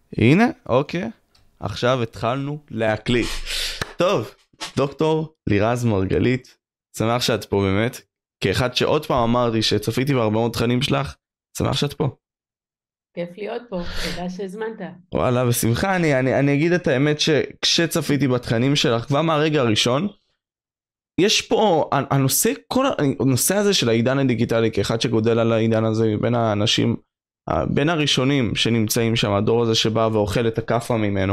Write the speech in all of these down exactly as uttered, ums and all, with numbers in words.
הנה, אוקיי. עכשיו התחלנו להקליט. טוב, דוקטור לירז מרגלית, שמח שאת פה באמת. כאחד שעוד פעם אמרתי שצפיתי בהרבה מאוד תכנים שלך, שמח שאת פה. כיף להיות פה, תודה שהזמנת. וואלה, בשמחה. אני, אני, אני אגיד את האמת שכשצפיתי בתכנים שלך, כבר מהרגע הראשון, יש פה, הנושא, כל הנושא הזה של העידן הדיגיטלי, כאחד שגודל על העידן הזה, בין האנשים, בין הראשונים שנמצאים שם, הדור הזה שבא ואוכל את הכאפה ממנו.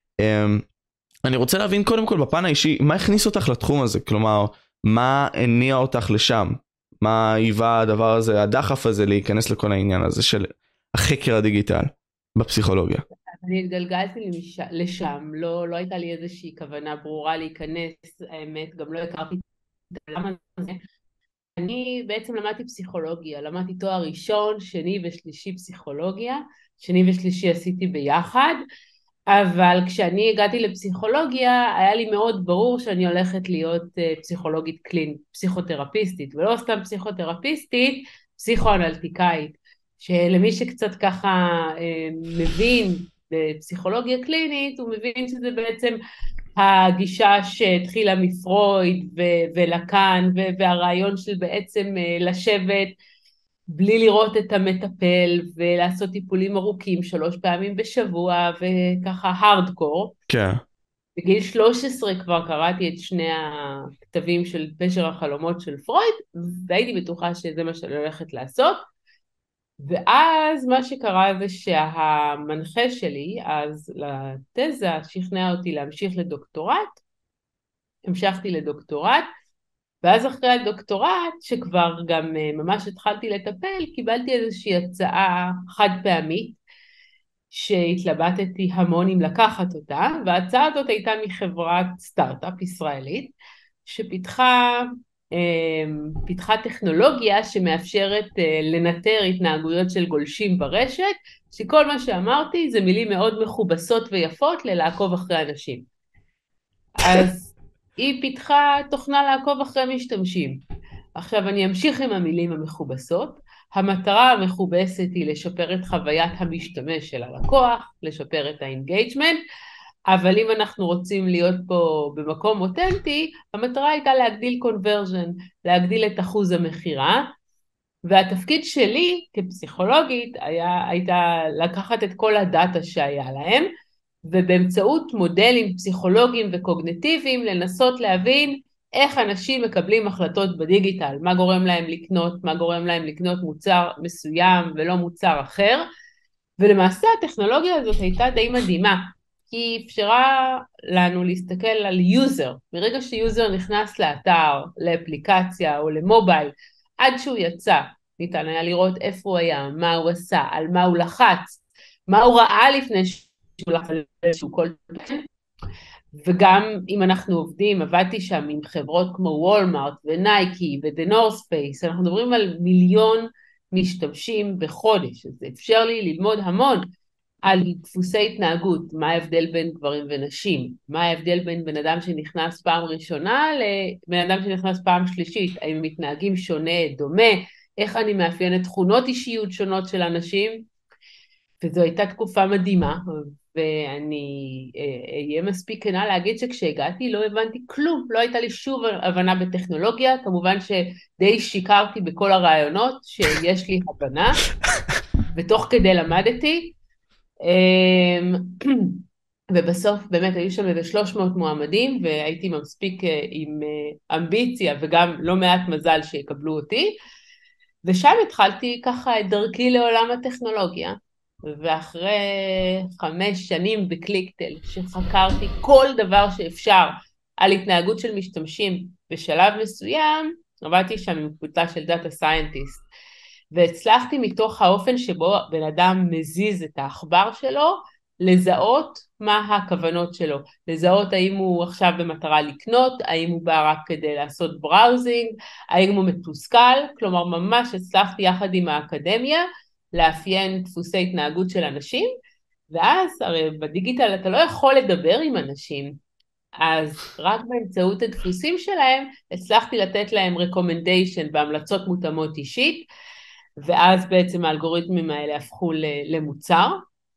אני רוצה להבין קודם כל בפן האישי, מה הכניס אותך לתחום הזה? כלומר, מה הניע אותך לשם? מה היווה הדבר הזה, הדחף הזה להיכנס לכל העניין הזה של החקר הדיגיטל בפסיכולוגיה? אני התגלגלתי למש... לשם, לא, לא הייתה לי איזושהי כוונה ברורה להיכנס, האמת, גם לא הכרתי את העולם הזה. אני בעצם למדתי פסיכולוגיה, למדתי תואר ראשון, שני ושלישי פסיכולוגיה, שני ושלישי עשיתי ביחד, אבל כשאני הגעתי לפסיכולוגיה, היה לי מאוד ברור שאני הולכת להיות פסיכולוגית קלינית, פסיכותרפיסטית, ולא סתם פסיכותרפיסטית, פסיכואנליטיקאית, שלמי שקצת ככה מבין בפסיכולוגיה קלינית, הוא מבין שזה בעצם הגישה שהתחילה מפרויד ו- ולקן, ו- והרעיון של בעצם לשבת בלי לראות את המטפל ולעשות טיפולים ארוכים שלוש פעמים בשבוע וככה הארדקור. כן. בגיל שלוש עשרה כבר קראתי את שני הכתבים של פשר החלומות של פרויד, והייתי בטוחה שזה מה שאני הולכת לעשות. ואז מה שקרה זה שהמנחה שלי אז לתזה שכנע אותי להמשיך לדוקטורט, המשכתי לדוקטורט, ואז אחרי הדוקטורט, שכבר גם ממש התחלתי לטפל, קיבלתי איזושהי הצעה חד פעמית, שהתלבטתי המון אם לקחת אותה, וההצעה הזאת הייתה מחברת סטארט-אפ ישראלית, שפיתחה פיתחה טכנולוגיה שמאפשרת לנטר התנהגויות של גולשים ברשת, שכל מה שאמרתי זה מילים מאוד מכובסות ויפות ללעקוב אחרי אנשים. אז היא פיתחה תוכנה לעקוב אחרי משתמשים. עכשיו אני אמשיך עם המילים המכובסות. המטרה המכובסת היא לשפר את חוויית המשתמש של הלקוח, לשפר את האינגייג'מנט, אבל אם אנחנו רוצים להיות פה במקום אותנטי, המטרה הייתה להגדיל קונברז'ן, להגדיל את אחוז המחירה, והתפקיד שלי כפסיכולוגית היה, הייתה לקחת את כל הדאטה שהיה להם, ובאמצעות מודלים פסיכולוגיים וקוגניטיביים לנסות להבין איך אנשים מקבלים החלטות בדיגיטל, מה גורם להם לקנות, מה גורם להם לקנות מוצר מסוים ולא מוצר אחר, ולמעשה הטכנולוגיה הזאת הייתה די מדהימה, כי היא אפשרה לנו להסתכל על יוזר, מרגע שיוזר נכנס לאתר, לאפליקציה או למובייל, עד שהוא יצא, ניתן היה לראות איפה הוא היה, מה הוא עשה, על מה הוא לחץ, מה הוא ראה לפני שהוא לחץ איזשהו כל תוכן, וגם אם אנחנו עובדים, עבדתי שם עם חברות כמו וולמארט ונייקי ודה נורת' פייס, אנחנו מדברים על מיליון משתמשים בחודש, אז זה אפשר לי ללמוד המון על דפוסי התנהגות, מה ההבדל בין גברים ונשים, מה ההבדל בין בן אדם שנכנס פעם ראשונה לבן אדם שנכנס פעם שלישית, האם הם מתנהגים שונה, דומה, איך אני מאפיינת תכונות אישיות שונות של אנשים, וזו הייתה תקופה מדהימה, ואני אהיה מספיק כנה להגיד שכשהגעתי לא הבנתי כלום, לא הייתה לי שוב הבנה בטכנולוגיה, כמובן שדי שיקרתי בכל הרעיונות שיש לי הבנה, ותוך כדי למדתי, ובסוף באמת היו שם איזה שלוש מאות מועמדים, והייתי מספיק עם אמביציה וגם לא מעט מזל שיקבלו אותי, ושם התחלתי ככה את דרכי לעולם הטכנולוגיה, ואחרי חמש שנים בקליקטל, שחקרתי כל דבר שאפשר על התנהגות של משתמשים בשלב מסוים, עבדתי שם עם קבוצה של דאטה סיינטיסט, והצלחתי מתוך האופן שבו בן אדם מזיז את העכבר שלו, לזהות מה הכוונות שלו, לזהות האם הוא עכשיו במטרה לקנות, האם הוא בא רק כדי לעשות בראוזינג, האם הוא מתוסכל, כלומר ממש הצלחתי יחד עם האקדמיה, לאפיין דפוסי התנהגות של אנשים, ואז הרי בדיגיטל אתה לא יכול לדבר עם אנשים, אז רק באמצעות הדפוסים שלהם, הצלחתי לתת להם recommendation והמלצות מותאמות אישית, ואז בעצם האלגוריתמים האלה הפכו למוצר,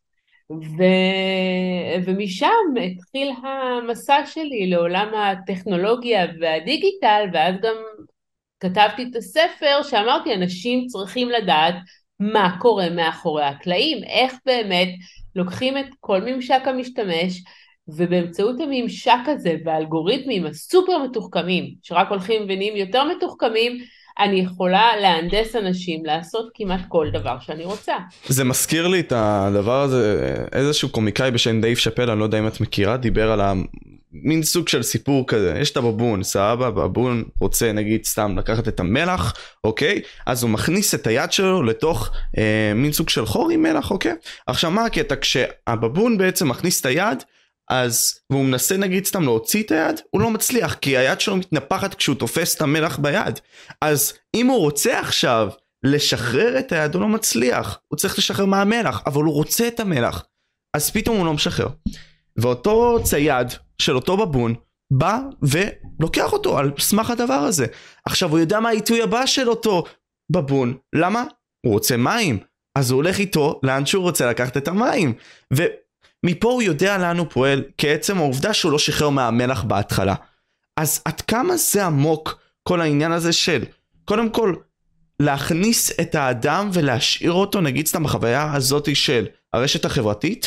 ו... ומשם התחיל המסע שלי לעולם הטכנולוגיה והדיגיטל, ואז גם כתבתי את הספר שאמרתי, אנשים צריכים לדעת מה קורה מאחורי הקלעים, איך באמת לוקחים את כל ממשק המשתמש, ובאמצעות הממשק הזה והאלגוריתמים הסופר מתוחכמים, שרק הולכים ונהיים יותר מתוחכמים, אני יכולה להנדס אנשים לעשות כמעט כל דבר שאני רוצה. זה מזכיר לי את הדבר הזה, איזשהו קומיקאי בשם דייב שאפל, אני לא יודע אם את מכירה, דיבר על מין סוג של סיפור כזה. יש את הבבון, סבבה, בבון רוצה נגיד סתם לקחת את המלח, אוקיי? אז הוא מכניס את היד שלו לתוך אה, מין סוג של חור עם מלח, אוקיי? עכשיו מה הקטע? כשהבבון בעצם מכניס את היד, אז, והוא מנסה נגיד סתם להוציא את היד, הוא לא מצליח, כי היד שלו מתנפחת כשהוא תופס את המלח ביד. אז אם הוא רוצה עכשיו לשחרר את היד, הוא לא מצליח. הוא צריך לשחרר מהמלח, אבל הוא רוצה את המלח. אז פתאום הוא לא משחרר. ואותו צייד של אותו בבון, בא ולוקח אותו על סמך הדבר הזה. עכשיו הוא יודע מה העיתוי הבא של אותו בבון. למה? הוא רוצה מים. אז הוא הולך איתו לאן שהוא רוצה לקחת את המים. ו... מפה הוא יודע לאן הוא פועל, כעצם העובדה שהוא לא שחרר מהמלח בהתחלה. אז עד כמה זה עמוק כל העניין הזה של, קודם כל, להכניס את האדם ולהשאיר אותו, נגיד סתם בחוויה הזאת של הרשת החברתית,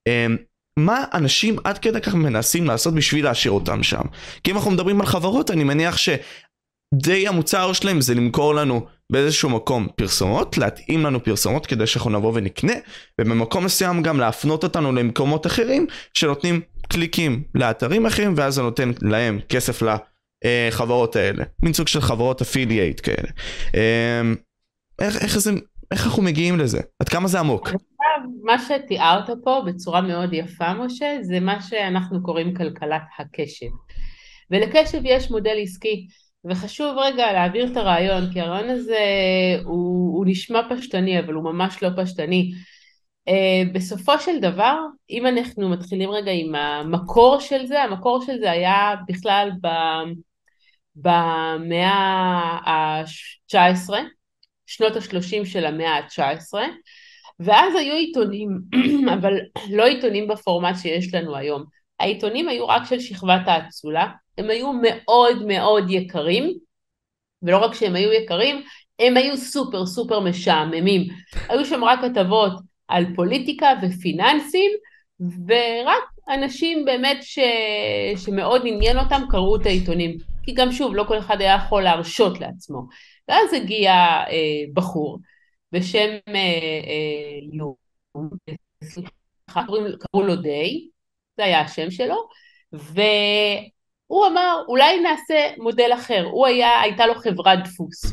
מה אנשים עד כדי כך מנסים לעשות בשביל להשאיר אותם שם. כי אם אנחנו מדברים על חברות, אני מניח שדי המוצר שלהם זה למכור לנו באיזשהו מקום פרסומות, להתאים לנו פרסומות כדי שאנחנו נבוא ונקנה, ובמקום מסוים גם להפנות אותנו למקומות אחרים שנותנים קליקים לאתרים אחרים, ואז זה נותן להם כסף לחברות האלה. מין סוג של חברות אפילייט כאלה. איך, איך, זה, איך אנחנו מגיעים לזה? עד כמה זה עמוק? מה שתיארת פה בצורה מאוד יפה, משה, זה מה שאנחנו קוראים כלכלת הקשב. ולקשב יש מודל עסקי, וחשוב רגע להעביר את הרעיון, כי הרעיון הזה הוא, הוא נשמע פשטני, אבל הוא ממש לא פשטני. Uh, בסופו של דבר, אם אנחנו מתחילים רגע עם המקור של זה, המקור של זה היה בכלל ב, במאה ה-תשע עשרה, שנות ה-שלושים של המאה ה-תשע עשרה, ואז היו עיתונים, אבל לא עיתונים בפורמט שיש לנו היום. העיתונים היו רק של שכבת האצולה, הם היו מאוד מאוד יקרים, ולא רק שהם היו יקרים, הם היו סופר סופר משעממים. היו שם רק כתבות על פוליטיקה ופיננסים, ורק אנשים באמת ש... שמאוד עניין אותם קראו את העיתונים. כי גם שוב, לא כל אחד היה יכול להרשות לעצמו. ואז הגיע אה, בחור, בשם אה, אה, ליאום, קראו לו די, זה היה השם שלו, והוא אמר, אולי נעשה מודל אחר. הוא היה, הייתה לו חברת דפוס.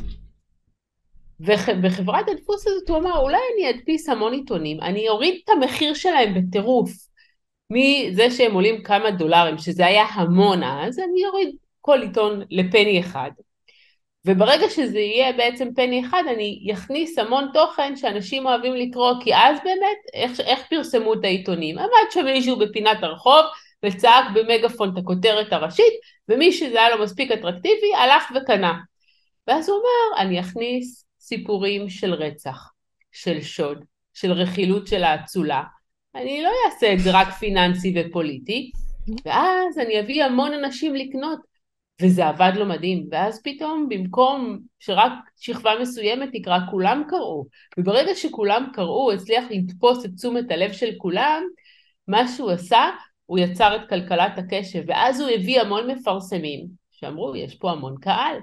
ובחברת הדפוס הזאת הוא אמר, אולי אני אדפיס המון עיתונים, אני אוריד את המחיר שלהם בטירוף, מזה שהם עולים כמה דולרים, שזה היה המון אז, אני אוריד כל עיתון לפני אחד. וברגע שזה יהיה בעצם פני אחד, אני יכניס המון תוכן שאנשים אוהבים לקרוא, כי אז באמת, איך, איך פרסמו את העיתונים? עמד שם מישהו בפינת הרחוב, וצעק במגפון את הכותרת הראשית, ומי שזה היה לו מספיק אטרקטיבי, הלך וקנה. ואז הוא אומר, אני אכניס סיפורים של רצח, של שוד, של רכילות של האצולה. אני לא אעשה את זה רק פיננסי ופוליטי, ואז אני אביא המון אנשים לקנות, וזה עבד לו מדהים. ואז פתאום, במקום שרק שכבה מסוימת תקרא, כולם קראו. וברגע שכולם קראו, הוא הצליח לתפוס את תשומת הלב של כולם, מה שהוא עשה, הוא יצר את כלכלת הקשב, ואז הוא הביא המון מפרסמים, שאמרו, יש פה המון קהל.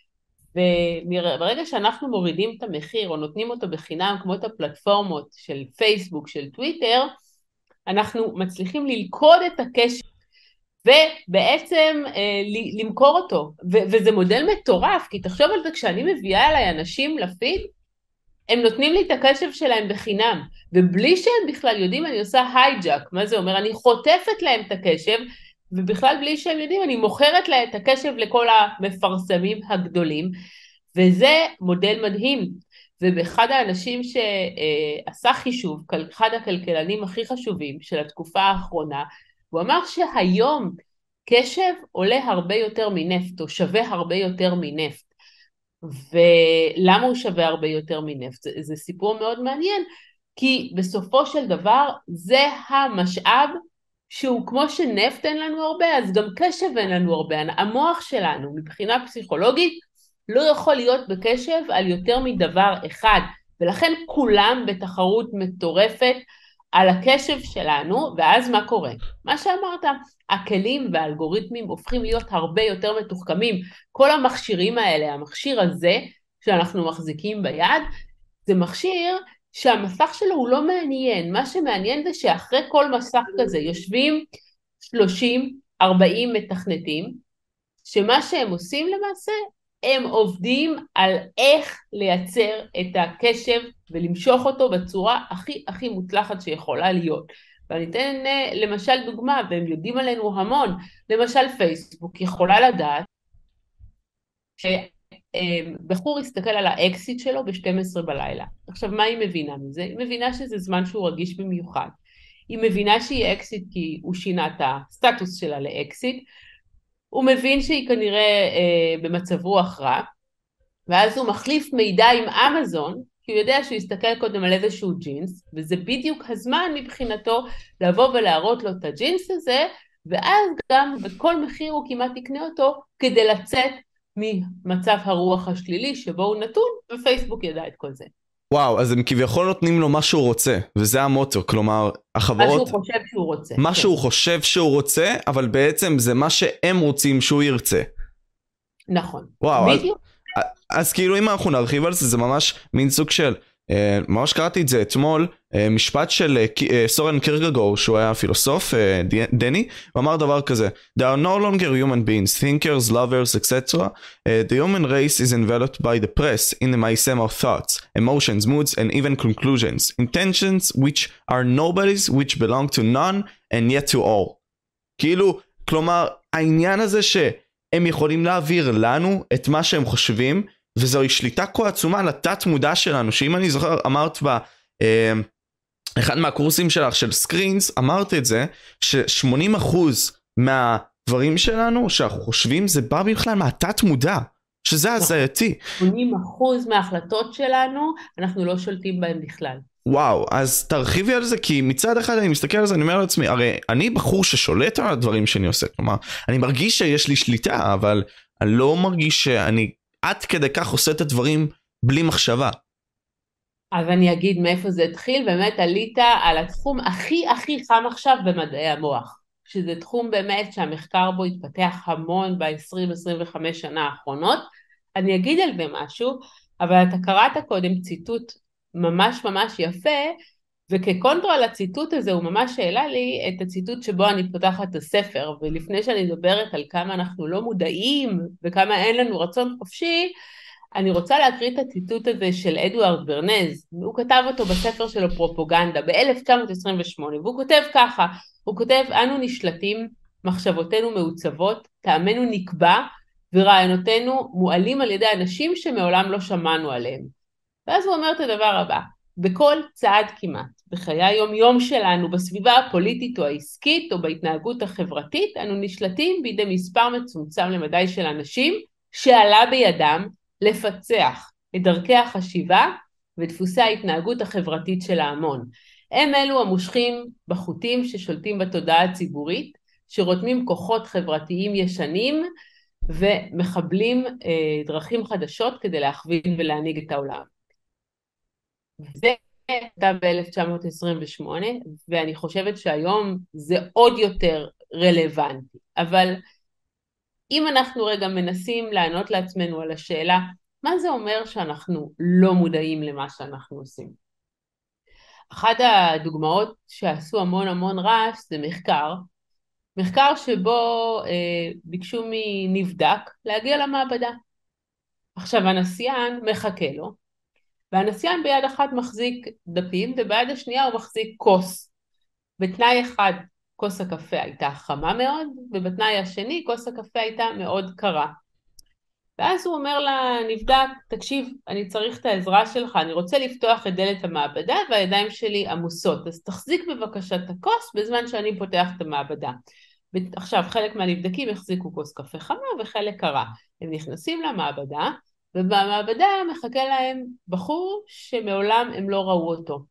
וברגע שאנחנו מורידים את המחיר, או נותנים אותו בחינם, כמו את הפלטפורמות של פייסבוק, של טוויטר, אנחנו מצליחים ללכוד את הקשב, ובעצם אה, למכור אותו. ו- וזה מודל מטורף, כי תחשוב על זה, כשאני מביאה אליי אנשים לפיד, הם נותנים לי את הקשב שלהם בחינם, ובלי שהם בכלל יודעים, אני עושה הייג'ק. מה זה אומר? אני חוטפת להם את הקשב, ובכלל בלי שהם יודעים, אני מוכרת להם את הקשב לכל המפרסמים הגדולים, וזה מודל מדהים. ובאחד האנשים שעשה חישוב, אחד הכלכלנים הכי חשובים של התקופה האחרונה, הוא אמר שהיום קשב עולה הרבה יותר מנפט, או שווה הרבה יותר מנפט. ולמה הוא שווה הרבה יותר מנפט? זה, זה סיפור מאוד מעניין, כי בסופו של דבר זה המשאב שהוא כמו שנפט אין לנו הרבה, אז גם קשב אין לנו הרבה. המוח שלנו מבחינה פסיכולוגית לא יכול להיות בקשב על יותר מדבר אחד, ולכן כולם בתחרות מטורפת על הקשב שלנו, ואז מה קורה? מה שאמרת, הכלים והאלגוריתמים הופכים להיות הרבה יותר מתוחכמים. כל המכשירים האלה, המכשיר הזה שאנחנו מחזיקים ביד, זה מכשיר שהמסך שלו הוא לא מעניין. מה שמעניין זה שאחרי כל מסך כזה יושבים שלושים ארבעים מתכנתים, שמה שהם עושים למעשה, הם עובדים על איך לייצר את הקשב ולמשוך אותו בצורה הכי הכי מוצלחת שיכולה להיות. ואני אתן למשל דוגמה, והם יודעים עלינו המון, למשל פייסבוק יכולה לדעת שבחור יסתכל על האקסיט שלו ב-שתים עשרה בלילה. עכשיו מה היא מבינה מזה? היא מבינה שזה זמן שהוא רגיש במיוחד. היא מבינה שהיא אקסיט כי הוא שינה את הסטטוס שלה לאקסיט, הוא מבין שהיא כנראה אה, במצב רוח רע, ואז הוא מחליף מידע עם אמזון, כי הוא יודע שהוא יסתכל קודם על איזשהו ג'ינס, וזה בדיוק הזמן מבחינתו לבוא ולהראות לו את הג'ינס הזה, ואז גם בכל מחיר הוא כמעט יקנה אותו, כדי לצאת ממצב הרוח השלילי שבו הוא נתון, ופייסבוק ידע את כל זה. וואו, אז הם כביכול נותנים לו מה שהוא רוצה, וזה המוטו, כלומר, החברות... מה שהוא חושב שהוא רוצה. מה כן. שהוא חושב שהוא רוצה, אבל בעצם זה מה שהם רוצים שהוא ירצה. נכון. וואו, בדיוק. אז, אז כאילו אם אנחנו נרחיב על זה, זה ממש מין סוג של... Uh, ממש קראתי את זה אתמול, uh, משפט של uh, uh, סורן קירגגור, שהוא היה פילוסוף, uh, דני, ואמר דבר כזה: There are no longer human beings, thinkers, lovers, et cetera. Uh, the human race is enveloped by the press in the mycem of thoughts, emotions, moods, and even conclusions, intentions which are nobody's, which belong to none, and yet to all. כאילו, כלומר, העניין הזה שהם יכולים להעביר לנו את מה שהם חושבים, וזוהי שליטה כה עצומה על התת מודע שלנו, שאם אני זוכר, אמרת בה, אה, אחד מהקורסים שלך של סקרינס, אמרת את זה, ש-שמונים אחוז מהדברים שלנו, שאנחנו חושבים, זה בא בכלל מהתת מודע, שזה הזייתי. שמונים אחוז מההחלטות שלנו, אנחנו לא שולטים בהם בכלל. וואו, אז תרחיבי על זה, כי מצד אחד אני מסתכל על זה, אני אומר לעצמי, הרי אני בחור ששולט על הדברים שאני עושה, כלומר, אני מרגיש שיש לי שליטה, אבל אני לא מרגיש שאני עד כדי כך עושה את הדברים בלי מחשבה. אז אני אגיד מאיפה זה התחיל, באמת עלית על התחום הכי הכי חם עכשיו במדעי המוח, שזה תחום באמת שהמחקר בו התפתח המון ב-עשרים עשרים וחמש שנה האחרונות. אני אגיד על זה משהו, אבל אתה קראת קודם ציטוט ממש ממש יפה, וכקונטרה לציטוט הזה הוא ממש העלה לי את הציטוט שבו אני פותחת את הספר, ולפני שאני מדברת על כמה אנחנו לא מודעים וכמה אין לנו רצון חופשי, אני רוצה להקריא את הציטוט הזה של אדוארד ברנז. הוא כתב אותו בספר שלו פרופוגנדה ב-אלף תשע מאות עשרים ושמונה, והוא כותב ככה, הוא כותב: אנו נשלטים, מחשבותינו מעוצבות, טעמנו נקבע, ורעיונותינו מועלים על ידי אנשים שמעולם לא שמענו עליהם. ואז הוא אומר את הדבר הבא: בכל צעד כמעט, בחיי היום יום שלנו, בסביבה הפוליטית או העסקית או בהתנהגות החברתית, אנו נשלטים בידי מספר מצומצם למדי של אנשים שעלה בידם לפצח את דרכי החשיבה ודפוסי ההתנהגות החברתית של ההמון. הם אלו המושכים בחוטים ששולטים בתודעה הציבורית, שרותמים כוחות חברתיים ישנים ומחבלים אה, דרכים חדשות כדי להכווין ולהנהיג את העולם. זה הייתה ב-אלף תשע מאות עשרים ושמונה, ואני חושבת שהיום זה עוד יותר רלוונטי. אבל אם אנחנו רגע מנסים לענות לעצמנו על השאלה, מה זה אומר שאנחנו לא מודעים למה שאנחנו עושים? אחת הדוגמאות שעשו המון המון רעש זה מחקר, מחקר שבו אה, ביקשו מנבדק להגיע למעבדה. עכשיו הנסיין מחכה לו, והנסיין ביד אחת מחזיק דפים, וביד השנייה הוא מחזיק כוס. בתנאי אחד, כוס הקפה הייתה חמה מאוד, ובתנאי השני, כוס הקפה הייתה מאוד קרה. ואז הוא אומר לנבדק: תקשיב, אני צריך את העזרה שלך, אני רוצה לפתוח את דלת המעבדה, והידיים שלי עמוסות, אז תחזיק בבקשה את הכוס בזמן שאני פותח את המעבדה. עכשיו, חלק מהנבדקים החזיקו כוס קפה חמה וחלק קרה. הם נכנסים למעבדה, ובמעבדה מחכה להם בחור שמעולם הם לא ראו אותו.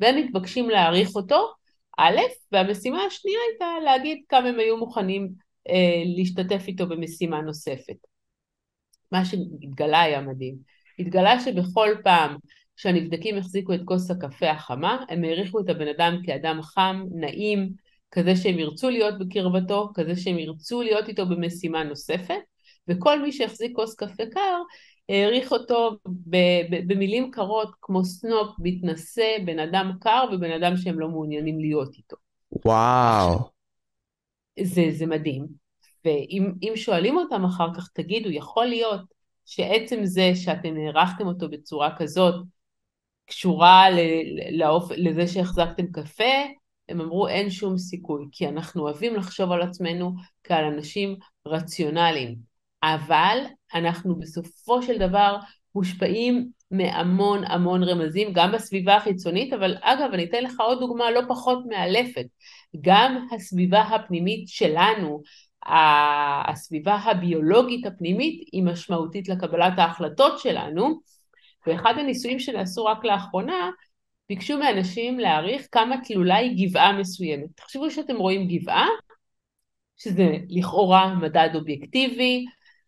והם מתבקשים להעריך אותו, א', והמשימה השנייה הייתה להגיד כמה הם היו מוכנים אה, להשתתף איתו במשימה נוספת. מה שהתגלה היה מדהים. התגלה שבכל פעם שהנבדקים החזיקו את כוס הקפה החמה, הם העריכו את הבן אדם כאדם חם, נעים, כזה שהם ירצו להיות בקרבתו, כזה שהם ירצו להיות איתו במשימה נוספת, וכל מי שהחזיק כוס קפה קר, העריך אותו במילים קרות כמו סנופ, מתנשא, בן אדם קר ובן אדם שהם לא מעוניינים להיות איתו. וואו. זה, זה מדהים. ואם שואלים אותם אחר כך, תגידו, יכול להיות שעצם זה שאתם הערכתם אותו בצורה כזאת, קשורה לאופ... לזה שהחזקתם קפה, הם אמרו אין שום סיכוי, כי אנחנו אוהבים לחשוב על עצמנו כעל אנשים רציונליים, אבל אנחנו בסופו של דבר מושפעים מהמון המון רמזים, גם בסביבה החיצונית, אבל אגב אני אתן לך עוד דוגמה לא פחות מאלפת, גם הסביבה הפנימית שלנו, הסביבה הביולוגית הפנימית היא משמעותית לקבלת ההחלטות שלנו, ואחד הניסויים שנעשו רק לאחרונה, ביקשו מאנשים להעריך כמה תלולה היא גבעה מסוימת. תחשבו שאתם רואים גבעה, שזה לכאורה מדד אובייקטיבי,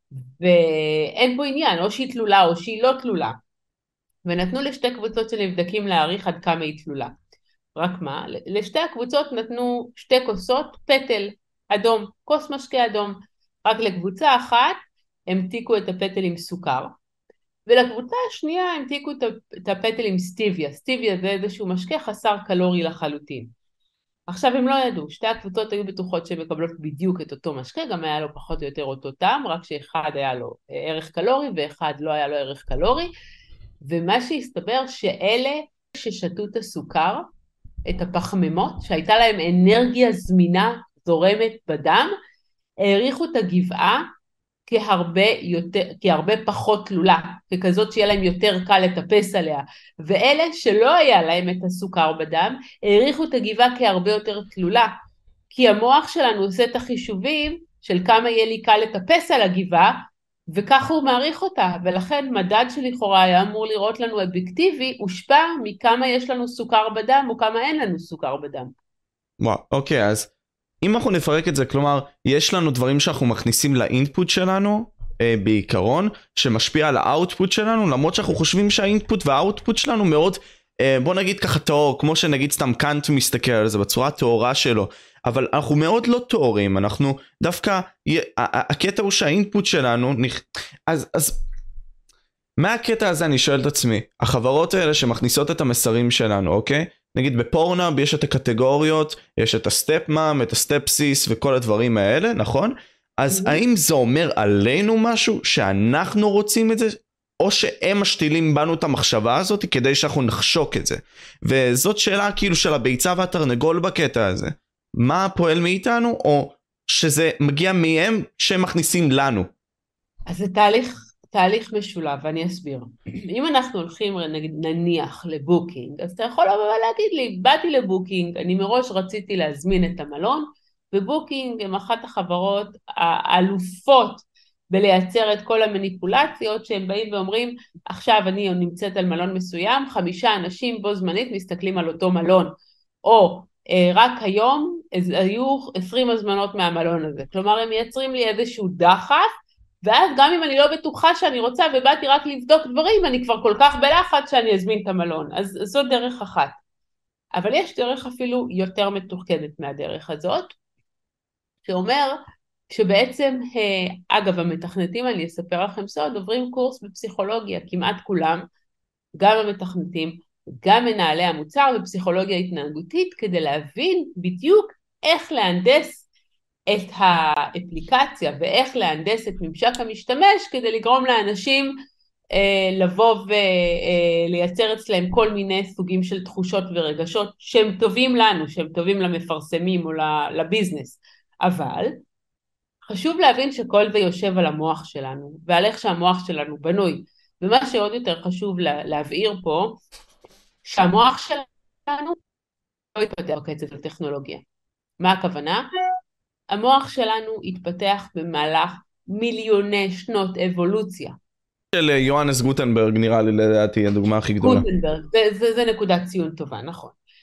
ואין פה עניין, או שהיא תלולה או שהיא לא תלולה. ונתנו לשתי קבוצות שנבדקים להעריך עד כמה היא תלולה. רק מה? לשתי הקבוצות נתנו שתי כוסות פטל אדום, כוס משקה אדום. רק לקבוצה אחת המתיקו את הפטל עם סוכר, ולקבוצה השנייה המתיקו את הפטל עם סטיביה. סטיביה זה איזשהו משקה חסר קלורי לחלוטין. עכשיו הם לא ידעו, שתי הקבוצות היו בטוחות שהן מקבלות בדיוק את אותו משקה, גם היה לו פחות או יותר אותו טעם, רק שאחד היה לו ערך קלורי ואחד לא היה לו ערך קלורי, ומה שהסתבר שאלה ששתו את הסוכר, את הפחמימות, שהייתה להם אנרגיה זמינה זורמת בדם, העריכו את הגבעה כהרבה, יותר, כהרבה פחות תלולה, ככזאת שיהיה להם יותר קל לטפס עליה, ואלה שלא היה להם את הסוכר בדם, העריכו את הגבעה כהרבה יותר תלולה, כי המוח שלנו עושה את החישובים של כמה יהיה לי קל לטפס על הגבעה, וכך הוא מעריך אותה, ולכן מדד שלכאורה היה אמור לראות לנו אובייקטיבי, הושפע מכמה יש לנו סוכר בדם, או כמה אין לנו סוכר בדם. וואו, אוקיי, אז אם אנחנו נפרק את זה, כלומר, יש לנו דברים שאנחנו מכניסים לאינפוט שלנו, אה, בעיקרון, שמשפיע על האוטפוט שלנו, למרות שאנחנו חושבים שהאינפוט והאוטפוט שלנו מאוד, אה, בוא נגיד ככה טהור, כמו שנגיד סתם קאנט מסתכל על זה, בצורה הטהורה שלו, אבל אנחנו מאוד לא טהורים, אנחנו דווקא, הקטע הוא שהאינפוט שלנו, אז, אז, מה הקטע הזה אני שואל את עצמי, החברות האלה שמכניסות את המסרים שלנו, אוקיי? נגיד בפורנאב יש את הקטגוריות, יש את הסטפ-מאם, את הסטפ-סיס וכל הדברים האלה, נכון? אז mm-hmm. האם זה אומר עלינו משהו שאנחנו רוצים את זה, או שהם משתילים בנו את המחשבה הזאת כדי שאנחנו נחשוק את זה? וזאת שאלה כאילו של הביצה והתרנגול בקטע הזה. מה פועל מאיתנו, או שזה מגיע מהם שהם מכניסים לנו? אז זה תהליך... תהליך משולב, ואני אסביר. אם אנחנו הולכים נגיד, נניח לבוקינג, אז אתה יכול להגיד לי, באתי לבוקינג, אני מראש רציתי להזמין את המלון, ובוקינג הם אחת החברות האלופות בלייצר את כל המניפולציות, שהם באים ואומרים, עכשיו אני נמצאת על מלון מסוים, חמישה אנשים בו זמנית מסתכלים על אותו מלון, או רק היום היו עשרים הזמנות מהמלון הזה, כלומר הם מייצרים לי איזשהו דחף, ואז גם אם אני לא בטוחה שאני רוצה ובאתי רק לבדוק דברים, אני כבר כל כך בלחץ שאני אזמין את המלון. אז זו דרך אחת. אבל יש דרך אפילו יותר מתוחכמת מהדרך הזאת, שאומר שבעצם, אגב, המתכנתים, אני אספר לכם סוד, עוברים קורס בפסיכולוגיה, כמעט כולם, גם המתכנתים, גם מנהלי המוצר בפסיכולוגיה התנהגותית, כדי להבין בדיוק איך להנדס את האפליקציה ואיך להנדס את ממשק המשתמש כדי לגרום לאנשים אה, לבוא ולייצר אצלהם כל מיני סוגים של תחושות ורגשות שהם טובים לנו, שהם טובים למפרסמים או לביזנס. אבל חשוב להבין שכל זה יושב על המוח שלנו ועל איך שהמוח שלנו בנוי. ומה שעוד יותר חשוב לה, להבהיר פה, שהמוח שלנו לא יתפתח בקצב הטכנולוגיה. מה הכוונה? המוח שלנו התפתח במהלך מיליוני שנות אבולוציה. של יוהנס גוטנברג נראה לי לדעתי הדוגמה הכי גדולה. גוטנברג, זה, זה, זה נקודת ציון טובה, נכון.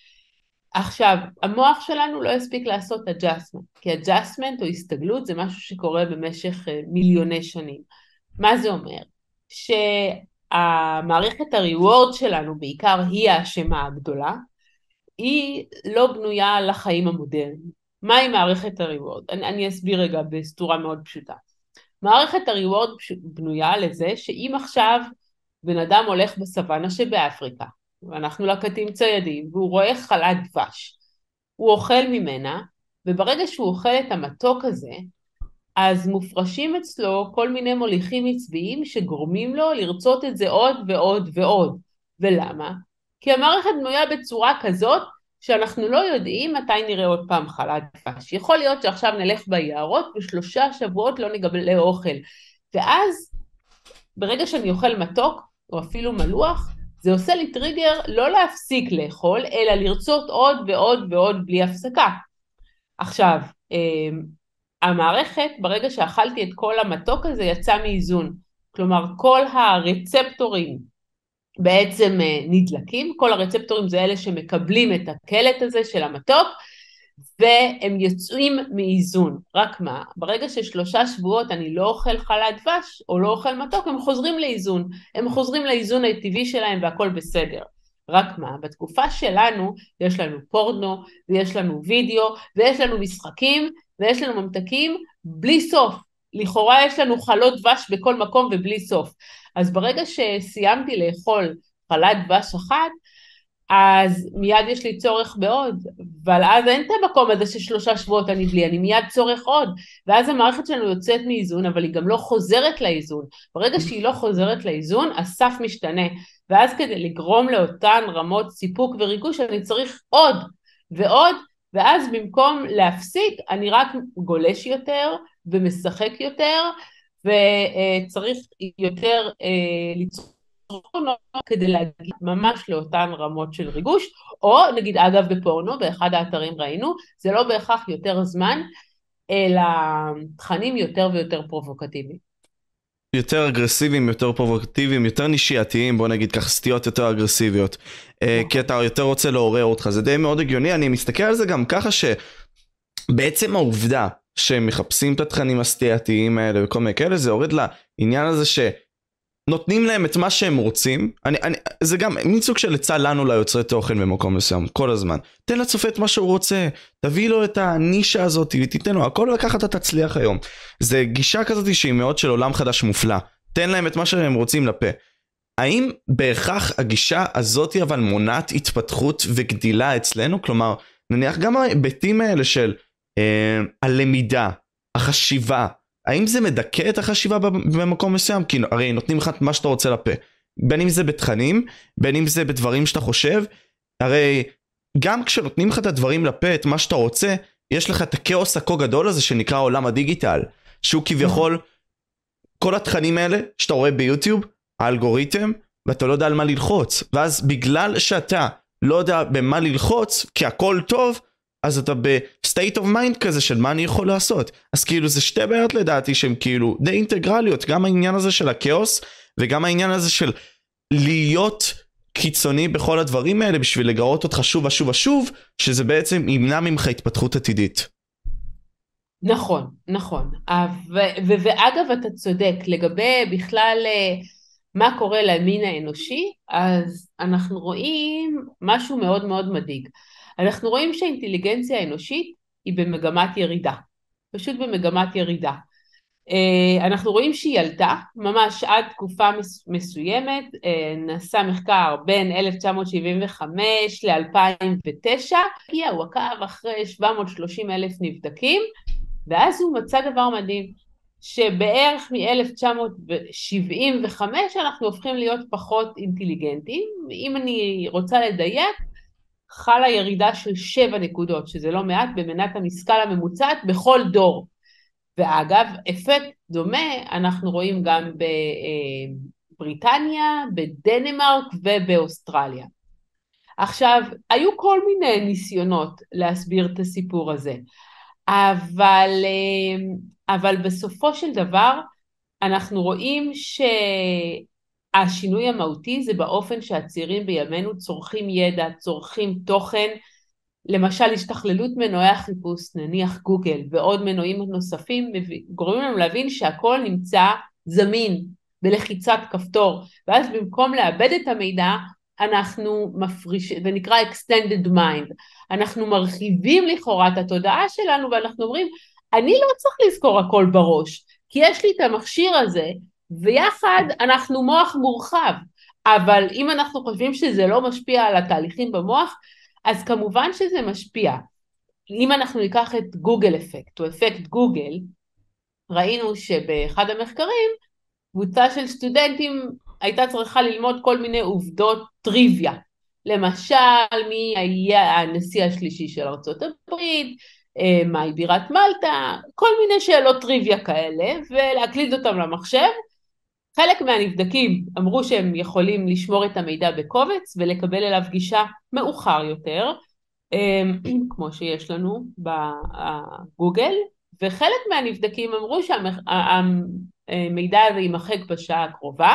עכשיו, המוח שלנו לא יספיק לעשות adjustment, כי adjustment או הסתגלות זה משהו שקורה במשך מיליוני שנים. מה זה אומר? שהמערכת הריוורד שלנו, בעיקר היא האשמה הגדולה, היא לא בנויה לחיים המודרניים. מהי מערכת הריוורד? אני, אני אסביר רגע בסתורה מאוד פשוטה. מערכת הריוורד בנויה לזה שאם עכשיו בן אדם הולך בסוואנה שבאפריקה, ואנחנו לקטים ציידים, והוא רואה חלת דבש, הוא אוכל ממנה, וברגע שהוא אוכל את המתוק הזה, אז מופרשים אצלו כל מיני מוליכים עצביים שגורמים לו לרצות את זה עוד ועוד ועוד. ולמה? כי המערכת בנויה בצורה כזאת שאנחנו לא יודעים מתי נראה עוד פעם חלת דבש. יכול להיות שעכשיו נלך ביערות ושלושה שבועות לא נגלה אוכל. ואז ברגע שאני אוכל מתוק או אפילו מלוח, זה עושה לי טריגר לא להפסיק לאכול, אלא לרצות עוד ועוד ועוד בלי הפסקה. עכשיו, המערכת, ברגע שאכלתי את כל המתוק הזה, יצא מאיזון. כלומר, כל הרצפטורים בעצם נדלקים, כל הרצפטורים זה אלה שמקבלים את הקלט הזה של המתוק, והם יוצאים מאיזון. רק מה? ברגע ששלושה שבועות אני לא אוכל חלת דבש, או לא אוכל מתוק, הם חוזרים לאיזון. הם חוזרים לאיזון הטבעי שלהם והכל בסדר. רק מה? בתקופה שלנו יש לנו פורנו, ויש לנו וידאו, ויש לנו משחקים, ויש לנו ממתקים בלי סוף. לכאורה יש לנו חלות דבש בכל מקום ובלי סוף. אז ברגע שסיימתי לאכול חלת דבש אחת, אז מיד יש לי צורך בעוד, אבל אז אין את המקום הזה ששלושה שבועות אני בלי, אני מיד צורך עוד, ואז המערכת שלנו יוצאת מאיזון, אבל היא גם לא חוזרת לאיזון. ברגע שהיא לא חוזרת לאיזון, הסף משתנה, ואז כדי לגרום לאותן רמות סיפוק וריגוש, אני צריך עוד ועוד, ואז במקום להפסיק, אני רק גולש יותר ומשחק יותר, וצריך יותר ליצור פורנו כדי להגיע ממש לאותן רמות של ריגוש, או נגיד אגב בפורנו, באחד האתרים ראינו, זה לא בהכרח יותר זמן, אלא תכנים יותר ויותר פרובוקטיביים. יותר אגרסיביים, יותר פרובוקטיביים, יותר נישייתיים, בוא נגיד כך, סטיות יותר אגרסיביות. כי אתה יותר רוצה לעורר אותך, זה די מאוד הגיוני, אני מסתכל על זה גם ככה שבעצם העובדה שהם מחפשים את התכנים הסטייתיים האלה וכל מיני כאלה, זה יורד לעניין הזה ש... נותנים להם את מה שהם רוצים, אני, אני, זה גם מין סוג של עצה לנו ליוצרי תוכן במקום מסוים, כל הזמן. תן לצופה את מה שהוא רוצה, תביא לו את הנישה הזאת, ותיתן לו, הכל לקחת את תצליח היום. זה גישה כזאת שהיא מאוד של עולם חדש מופלא, תן להם את מה שהם רוצים לפה. האם בהכרח הגישה הזאת אבל מונעת התפתחות וגדילה אצלנו? כלומר, נניח גם ההיבטים האלה של אה, הלמידה, החשיבה, האם זה מדכא את החשיבה במקום מסוים? כי הרי נותנים לך מה שאתה רוצה לפה. בין אם זה בתכנים, בין אם זה בדברים שאתה חושב. הרי גם כשנותנים לך את הדברים לפה, את מה שאתה רוצה, יש לך את הכאוס הכה גדול הזה שנקרא עולם הדיגיטל. שהוא כביכול, כל התכנים האלה שאתה רואה ביוטיוב, האלגוריתם, ואתה לא יודע על מה ללחוץ. ואז בגלל שאתה לא יודע במה ללחוץ, כי הכל טוב, אז אתה ב-state of mind כזה של מה אני יכול לעשות. אז כאילו זה שתי בעיות לדעתי שהן כאילו די אינטגרליות, גם העניין הזה של הכאוס, וגם העניין הזה של להיות קיצוני בכל הדברים האלה, בשביל לגרות אותך שוב ושוב ושוב, שזה בעצם ימנע ממך התפתחות עתידית. נכון, נכון. ואגב אתה צודק, לגבי בכלל מה קורה למין האנושי, אז אנחנו רואים משהו מאוד מאוד מדאיג. אנחנו רואים שהאינטליגנציה האנושית היא במגמת ירידה, פשוט במגמת ירידה. אנחנו רואים שהיא ילדה, ממש עד תקופה מסוימת, נעשה מחקר בין אלף תשע מאות שבעים וחמש ל-אלפיים ותשע, הוא עקב אחרי שבע מאות ושלושים אלף נבדקים, ואז הוא מצא דבר מדהים, שבערך מ-אלף תשע מאות שבעים וחמש אנחנו הופכים להיות פחות אינטליגנטים. אם אני רוצה לדייק, חלה ירידה של שבע נקודות, שזה לא מעט במנת המשכל הממוצעת בכל דור. ואגב, אפקט דומה אנחנו רואים גם בבריטניה, בדנמרק ובאוסטרליה. עכשיו, היו כל מיני ניסיונות להסביר את הסיפור הזה, אבל, אבל בסופו של דבר אנחנו רואים שהשינוי המהותי זה באופן שהצעירים בימינו צורכים ידע, צורכים תוכן, למשל השתכללות מנועי החיפוש, נניח גוגל ועוד מנועים נוספים, גורמים לנו להבין שהכל נמצא זמין בלחיצת כפתור, ואז במקום לאבד את המידע, אנחנו מפריש, זה נקרא extended mind, אנחנו מרחיבים לכאורה את התודעה שלנו, ואנחנו אומרים, אני לא צריך לזכור הכל בראש, כי יש לי את המכשיר הזה, ויחד אנחנו מוח מורחב, אבל אם אנחנו חושבים שזה לא משפיע על התהליכים במוח, אז כמובן שזה משפיע. אם אנחנו ניקח את גוגל אפקט, או אפקט גוגל, ראינו שבאחד המחקרים, קבוצה של סטודנטים הייתה צריכה ללמוד כל מיני עובדות טריוויה. למשל, מי היה הנשיא השלישי של ארצות הברית, מהי בירת מלטה, כל מיני שאלות טריוויה כאלה, ולהקליד אותם למחשב. חלק מהנבדקים אמרו שהם יכולים לשמור את המידע בקובץ, ולקבל אליו גישה מאוחר יותר, כמו שיש לנו בגוגל, וחלק מהנבדקים אמרו שהמידע הזה יימחק בשעה הקרובה,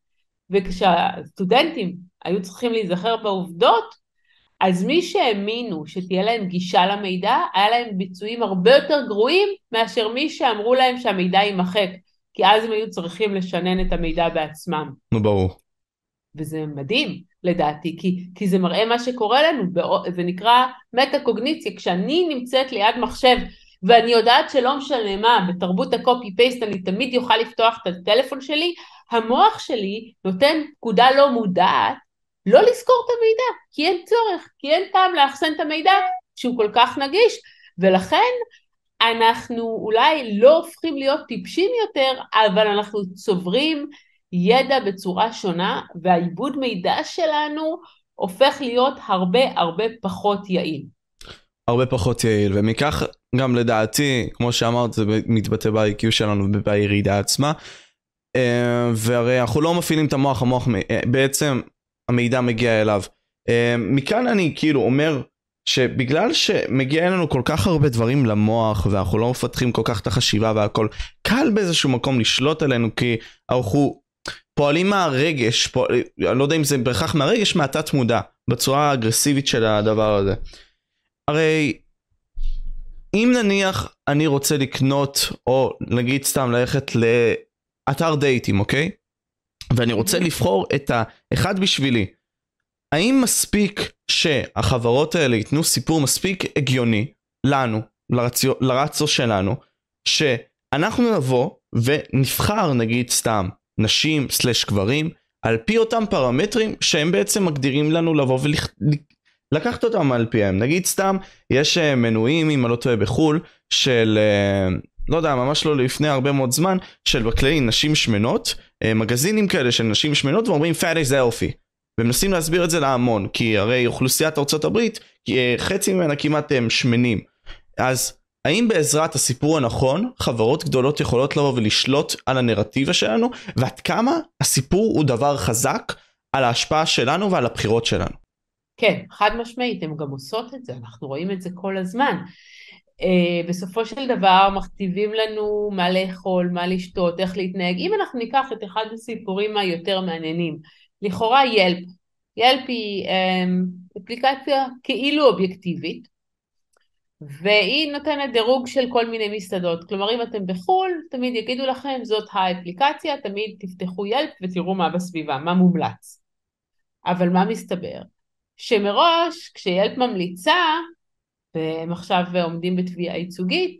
וכשהסטודנטים היו צריכים להיזכר בעובדות, אז מי שהאמינו שתהיה להם גישה למידע, היה להם ביצועים הרבה יותר גרועים, מאשר מי שאמרו להם שהמידע יימחק, כי אז הם היו צריכים לשנן את המידע בעצמם. נו, ברור. וזה מדהים לדעתי, כי, כי זה מראה מה שקורה לנו, זה נקרא מטה-קוגניציה, כשאני נמצאת ליד מחשב, ואני יודעת שלא משנה מה, בתרבות הקופי-פייסט אני תמיד יוכל לפתוח את הטלפון שלי, המוח שלי נותן פקודה לא מודעת, לא לזכור את המידע, כי אין צורך, כי אין טעם לאחסן את המידע שהוא כל כך נגיש, ולכן אנחנו אולי לא הופכים להיות טיפשים יותר, אבל אנחנו צוברים ידע בצורה שונה, והעיבוד מידע שלנו הופך להיות הרבה הרבה פחות יעיל. הרבה פחות יעיל, ומכך גם לדעתי, כמו שאמרת, זה מתבטא ב-איי קיו שלנו ובירידה עצמה, והרי אנחנו לא מפעילים את המוח, המוח בעצם המידע מגיע אליו. מכאן אני כאילו אומר, שבגלל שמגיע לנו כל כך הרבה דברים למוח, ואנחנו לא מפתחים כל כך את החשיבה והכל, קל באיזשהו מקום לשלוט עלינו, כי אנחנו פועלים מהרגש, פועל, אני לא יודע אם זה בהכרח מהרגש, מהתת מודע, בצורה האגרסיבית של הדבר הזה. הרי אם נניח אני רוצה לקנות, או נגיד סתם ללכת לאתר דייטים, אוקיי? ואני רוצה לבחור את האחד בשבילי, האם מספיק שהחברות האלה ייתנו סיפור מספיק הגיוני לנו, לרציו, לרצו שלנו, שאנחנו נבוא ונבחר נגיד סתם נשים סלש גברים, על פי אותם פרמטרים שהם בעצם מגדירים לנו לבוא ולקחת אותם על פיהם. נגיד סתם יש מנויים, אם אני לא טועה בחול, של לא יודע, ממש לא לפני הרבה מאוד זמן, של בכלי נשים שמנות, מגזינים כאלה של נשים שמנות, ואומרים fat is healthy. ומנסים להסביר את זה להמון, כי הרי אוכלוסיית ארצות הברית, חצי ממנה כמעט הם שמנים. אז האם בעזרת הסיפור הנכון, חברות גדולות יכולות לבוא ולשלוט על הנרטיבה שלנו, ועד כמה הסיפור הוא דבר חזק על ההשפעה שלנו ועל הבחירות שלנו? כן, חד משמעית, הן גם עושות את זה, אנחנו רואים את זה כל הזמן. Uh, בסופו של דבר מכתיבים לנו מה לאכול, מה לשתות, איך להתנהג. אם אנחנו ניקח את אחד הסיפורים היותר מעניינים, לכאורה ילפ, ילפ היא um, אפליקציה כאילו אובייקטיבית, והיא נותנת דירוג של כל מיני מסעדות. כלומר, אם אתם בחול, תמיד יגידו לכם, זאת האפליקציה, תמיד תפתחו ילפ ותראו מה בסביבה, מה מומלץ. אבל מה מסתבר? שמראש, כשילפ ממליצה, והם עכשיו עומדים בתביעה ייצוגית,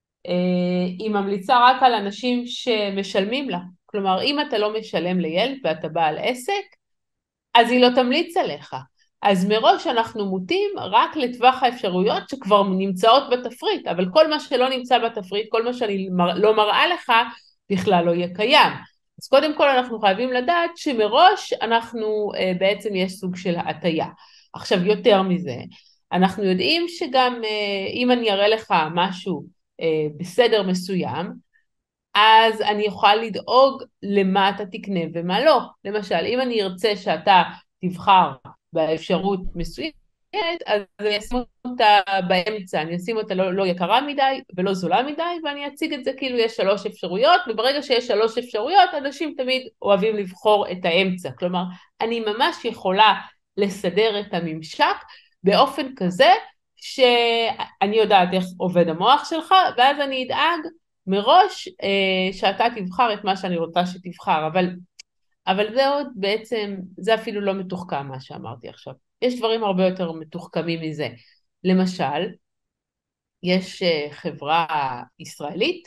היא ממליצה רק על אנשים שמשלמים לה. כלומר, אם אתה לא משלם לילד ואתה בעל עסק, אז היא לא תמליץ עליך. אז מראש אנחנו מוטים רק לטווח האפשרויות שכבר נמצאות בתפריט, אבל כל מה שלא נמצא בתפריט, כל מה שאני לא מראה לך, בכלל לא יהיה קיים. אז קודם כל אנחנו חייבים לדעת שמראש אנחנו בעצם יש סוג של הטיה. עכשיו יותר מזה, אנחנו יודעים שגם אם אני אראה לך משהו בסדר מסוים, אז אני יכולה לדאוג למה אתה תקנה ומה לא. למשל, אם אני ארצה שאתה תבחר באפשרות מסוימת, אז אני אשים אותה באמצע, אני אשים אותה לא, לא יקרה מדי ולא זולה מדי, ואני אציג את זה כאילו יש שלוש אפשרויות, וברגע שיש שלוש אפשרויות, אנשים תמיד אוהבים לבחור את האמצע. כלומר, אני ממש יכולה לסדר את הממשק, באופן כזה שאני יודעת איך עובד המוח שלך, ואז אני אדאג מראש אה, שאתה תבחר את מה שאני רוצה שתבחר, אבל, אבל זה עוד בעצם, זה אפילו לא מתוחכם מה שאמרתי עכשיו. יש דברים הרבה יותר מתוחכמים מזה. למשל, יש אה, חברה ישראלית,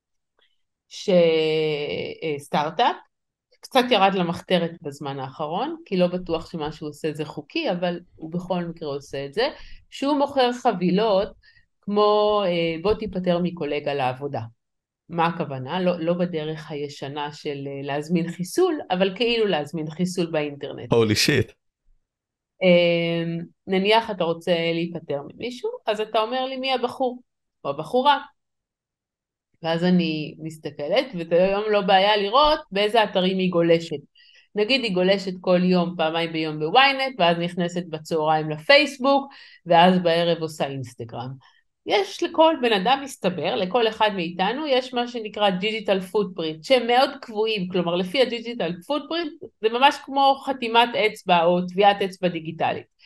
שסטארט-אפ, קצת ירד למחתרת בזמן האחרון, כי לא בטוח שמה שהוא עושה זה חוקי, אבל הוא בכל מקרה עושה את זה, שהוא מוכר חבילות כמו אה, בוא תיפטר מקולגה לעבודה. מה הכוונה? לא, לא בדרך הישנה של אה, להזמין חיסול, אבל כאילו להזמין חיסול באינטרנט. הולי שיט. אה, נניח אתה רוצה להיפטר ממישהו, אז אתה אומר לי מי הבחור או הבחורה. ואז אני מסתכלת, וזה היום לא בעיה לראות באיזה אתרים היא גולשת. נגיד היא גולשת כל יום, פעמיים ביום בוויינט, ואז נכנסת בצהריים לפייסבוק, ואז בערב עושה אינסטגרם. יש לכל בן אדם מסתבר, לכל אחד מאיתנו, יש מה שנקרא דיג'יטל פוטפרינט, שהם מאוד קבועים, כלומר לפי הדיג'יטל פוטפרינט, זה ממש כמו חתימת אצבע או טביעת אצבע דיגיטלית.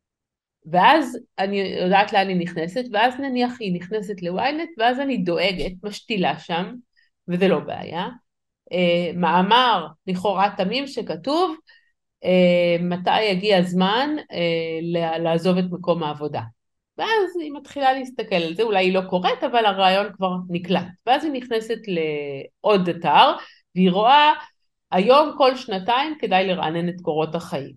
ואז אני יודעת לאן היא נכנסת, ואז נניח היא נכנסת לוויינט, ואז אני דואגת, משתילה שם, וזה לא בעיה, אה, מאמר לכאורה תמים שכתוב, אה, מתי יגיע הזמן אה, לעזוב את מקום העבודה. ואז היא מתחילה להסתכל על זה, אולי היא לא קוראת, אבל הרעיון כבר נקלט. ואז היא נכנסת לעוד אתר, והיא רואה, היום כל שנתיים כדאי לרענן את קורות החיים.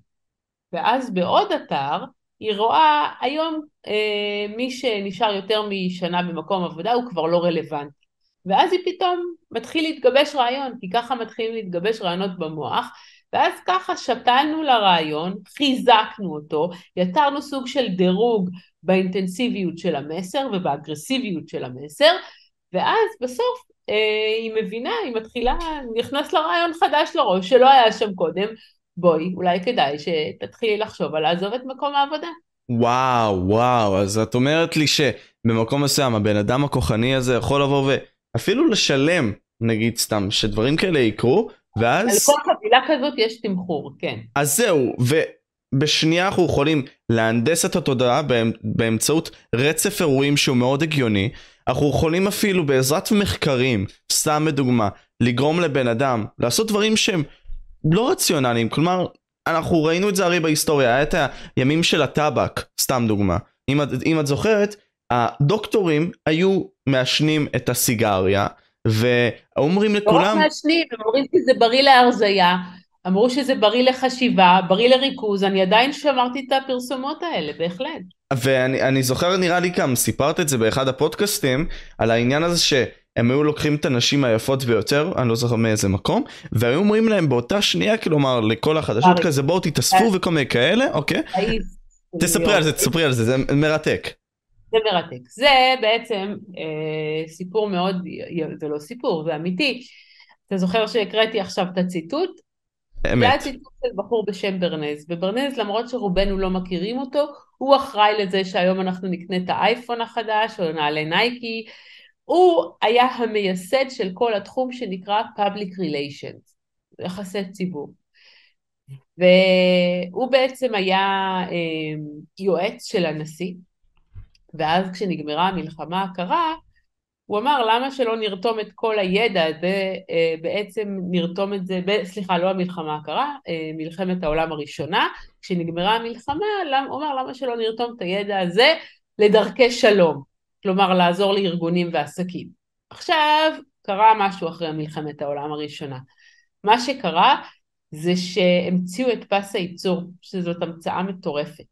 ואז בעוד אתר, היא רואה היום אה, מי שנשאר יותר משנה במקום עבודה הוא כבר לא רלוונטי. ואז היא פתאום מתחיל להתגבש רעיון, כי ככה מתחילים להתגבש רעיונות במוח, ואז ככה שתלנו לרעיון, חיזקנו אותו, יצרנו סוג של דירוג באינטנסיביות של המסר ובאגרסיביות של המסר, ואז בסוף אה, היא מבינה, היא מתחילה, נכנס לרעיון חדש לראש שלא היה שם קודם, בואי, אולי כדאי שתתחילי לחשוב על לעזוב את מקום העבודה. וואו, וואו, אז את אומרת לי שבמקום מסוים הבן אדם הכוחני הזה יכול לבוא ואפילו לשלם, נגיד סתם, שדברים כאלה יקרו, ואז... על כל חבילה כזאת יש תמחור, כן. אז זהו, ובשנייה אנחנו יכולים להנדס את התודעה באמצעות רצף אירועים שהוא מאוד הגיוני, אנחנו יכולים אפילו בעזרת מחקרים, סתם מדוגמה, לגרום לבן אדם לעשות דברים שהם לא רציונליים, כלומר, אנחנו ראינו את זה הרי בהיסטוריה, היה את הימים של הטבק, סתם דוגמה. אם, אם את זוכרת, הדוקטורים היו מעשנים את הסיגריה, ואומרים לכולם... לא רק מעשנים, הם אומרים שזה בריא להרזיה, אמרו שזה בריא לחשיבה, בריא לריכוז, אני עדיין שמרתי את הפרסומות האלה, בהחלט. ואני אני זוכר, נראה לי גם, סיפרת את זה באחד הפודקאסטים, על העניין הזה ש... הם היו לוקחים את הנשים היפות ביותר, אני לא זוכר מאיזה מקום, והיו אומרים להם באותה שנייה, כלומר, לכל החדשות כזה, בואו תתאספו וכל מיני כאלה, אוקיי? תספרי על זה, תספרי על זה, זה מרתק. זה מרתק. זה בעצם אה, סיפור מאוד, זה לא סיפור, זה אמיתי. אתה זוכר שהקראתי עכשיו את הציטוט? אמת. זה הציטוט של בחור בשם ברנז, וברנז למרות שרובנו לא מכירים אותו, הוא אחראי לזה שהיום אנחנו נקנה את האייפון החדש, או נעלה נייקי, הוא היה המייסד של כל התחום שנקרא Public Relations, יחסי ציבור. והוא בעצם היה אה, יועץ של הנשיא, ואז כשנגמרה המלחמה הקרה, הוא אמר למה שלא נרתום את כל הידע הזה, אה, בעצם נרתום את זה, ב, סליחה, לא המלחמה הקרה, אה, מלחמת העולם הראשונה, כשנגמרה המלחמה, הוא אמר למה שלא נרתום את הידע הזה לדרכי שלום. כלומר, לעזור לארגונים ועסקים. עכשיו, קרה משהו אחרי מלחמת העולם הראשונה. מה שקרה, זה שהמציאו את פס הייצור, שזאת המצאה מטורפת.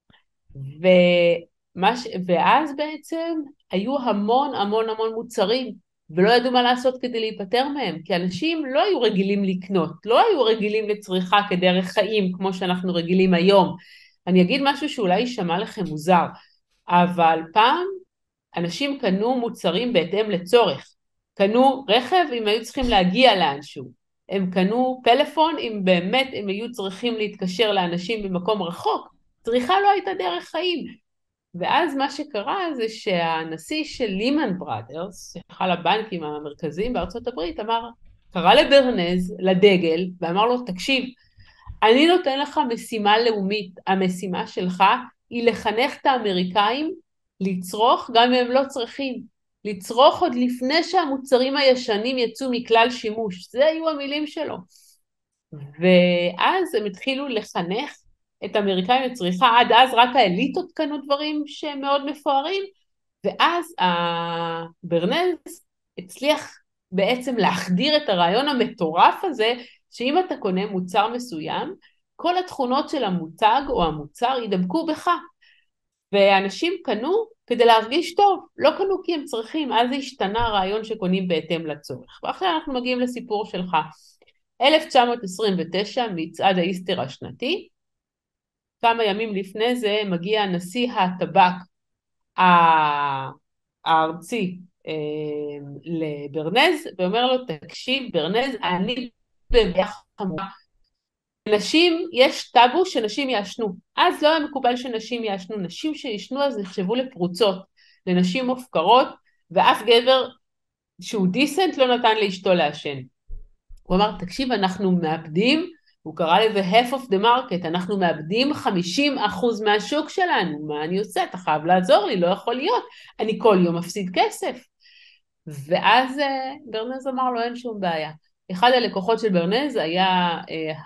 ומש... ואז בעצם, היו המון המון המון מוצרים, ולא ידעו מה לעשות כדי להיפטר מהם, כי אנשים לא היו רגילים לקנות, לא היו רגילים לצריכה כדרך חיים, כמו שאנחנו רגילים היום. אני אגיד משהו שאולי יישמע לכם מוזר, אבל פעם, אנשים קנו מוצרים בהתאם לצורך, קנו רכב אם היו צריכים להגיע לאנשהו, הם קנו פלאפון אם באמת הם היו צריכים להתקשר לאנשים במקום רחוק, צריכה לא הייתה דרך חיים. ואז מה שקרה זה שהנשיא של לימן בראדרס, אחד הבנקים המרכזיים בארצות הברית, אמר, קרא לברנז, לדגל, ואמר לו, תקשיב, אני נותן לך משימה לאומית, המשימה שלך היא לחנך את האמריקאים לצרוך גם אם הם לא צריכים, לצרוך עוד לפני שהמוצרים הישנים יצאו מכלל שימוש, זה היו המילים שלו. ואז הם התחילו לחנך את האמריקאים לצריכה, עד אז רק האליטות קנו דברים שהם מאוד מפוארים, ואז ברנז הצליח בעצם להחדיר את הרעיון המטורף הזה, שאם אתה קונה מוצר מסוים, כל התכונות של המותג או המוצר ידבקו בך, ואנשים קנו כדי להרגיש טוב, לא קנו כי הם צריכים, אז השתנה הרעיון שקונים בהתאם לצורך. ועכשיו אנחנו מגיעים לסיפור שלך. אלף תשע מאות עשרים ותשע, מצעד האיסטר השנתי, כמה ימים לפני זה מגיע נשיא הטבק הארצי לברנז, ואומר לו, תקשיב ברנז, אני בביח חמורה. נשים, יש טאבו שנשים יעשנו. אז לא היה מקובל שנשים יעשנו. נשים שישנו אז נחשבו לפרוצות, לנשים מופקרות, ואף גבר שהוא דיסנט לא נתן לאשתו לעשן. הוא אמר, תקשיב, אנחנו מאבדים, הוא קרא לזה half of the market, אנחנו מאבדים חמישים אחוז מהשוק שלנו, מה אני עושה? אתה חייב לעזור לי, לא יכול להיות, אני כל יום מפסיד כסף. ואז ברנז אמר לו, אין שום בעיה. אחד הלקוחות של ברנז היה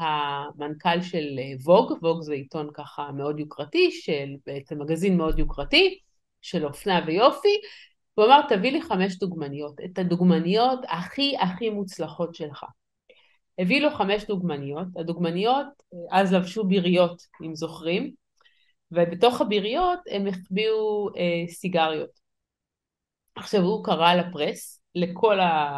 המנכ"ל של ווג, ווג זה עיתון ככה מאוד יוקרתי, של בעצם מגזין מאוד יוקרתי, של אופנה ויופי, הוא אמר, תביא לי חמש דוגמניות, את הדוגמניות הכי הכי מוצלחות שלך. הביא לו חמש דוגמניות, הדוגמניות אז לבשו ביריות, אם זוכרים, ובתוך הביריות הם החביאו אה, סיגריות. עכשיו הוא קרא לפרס, לכל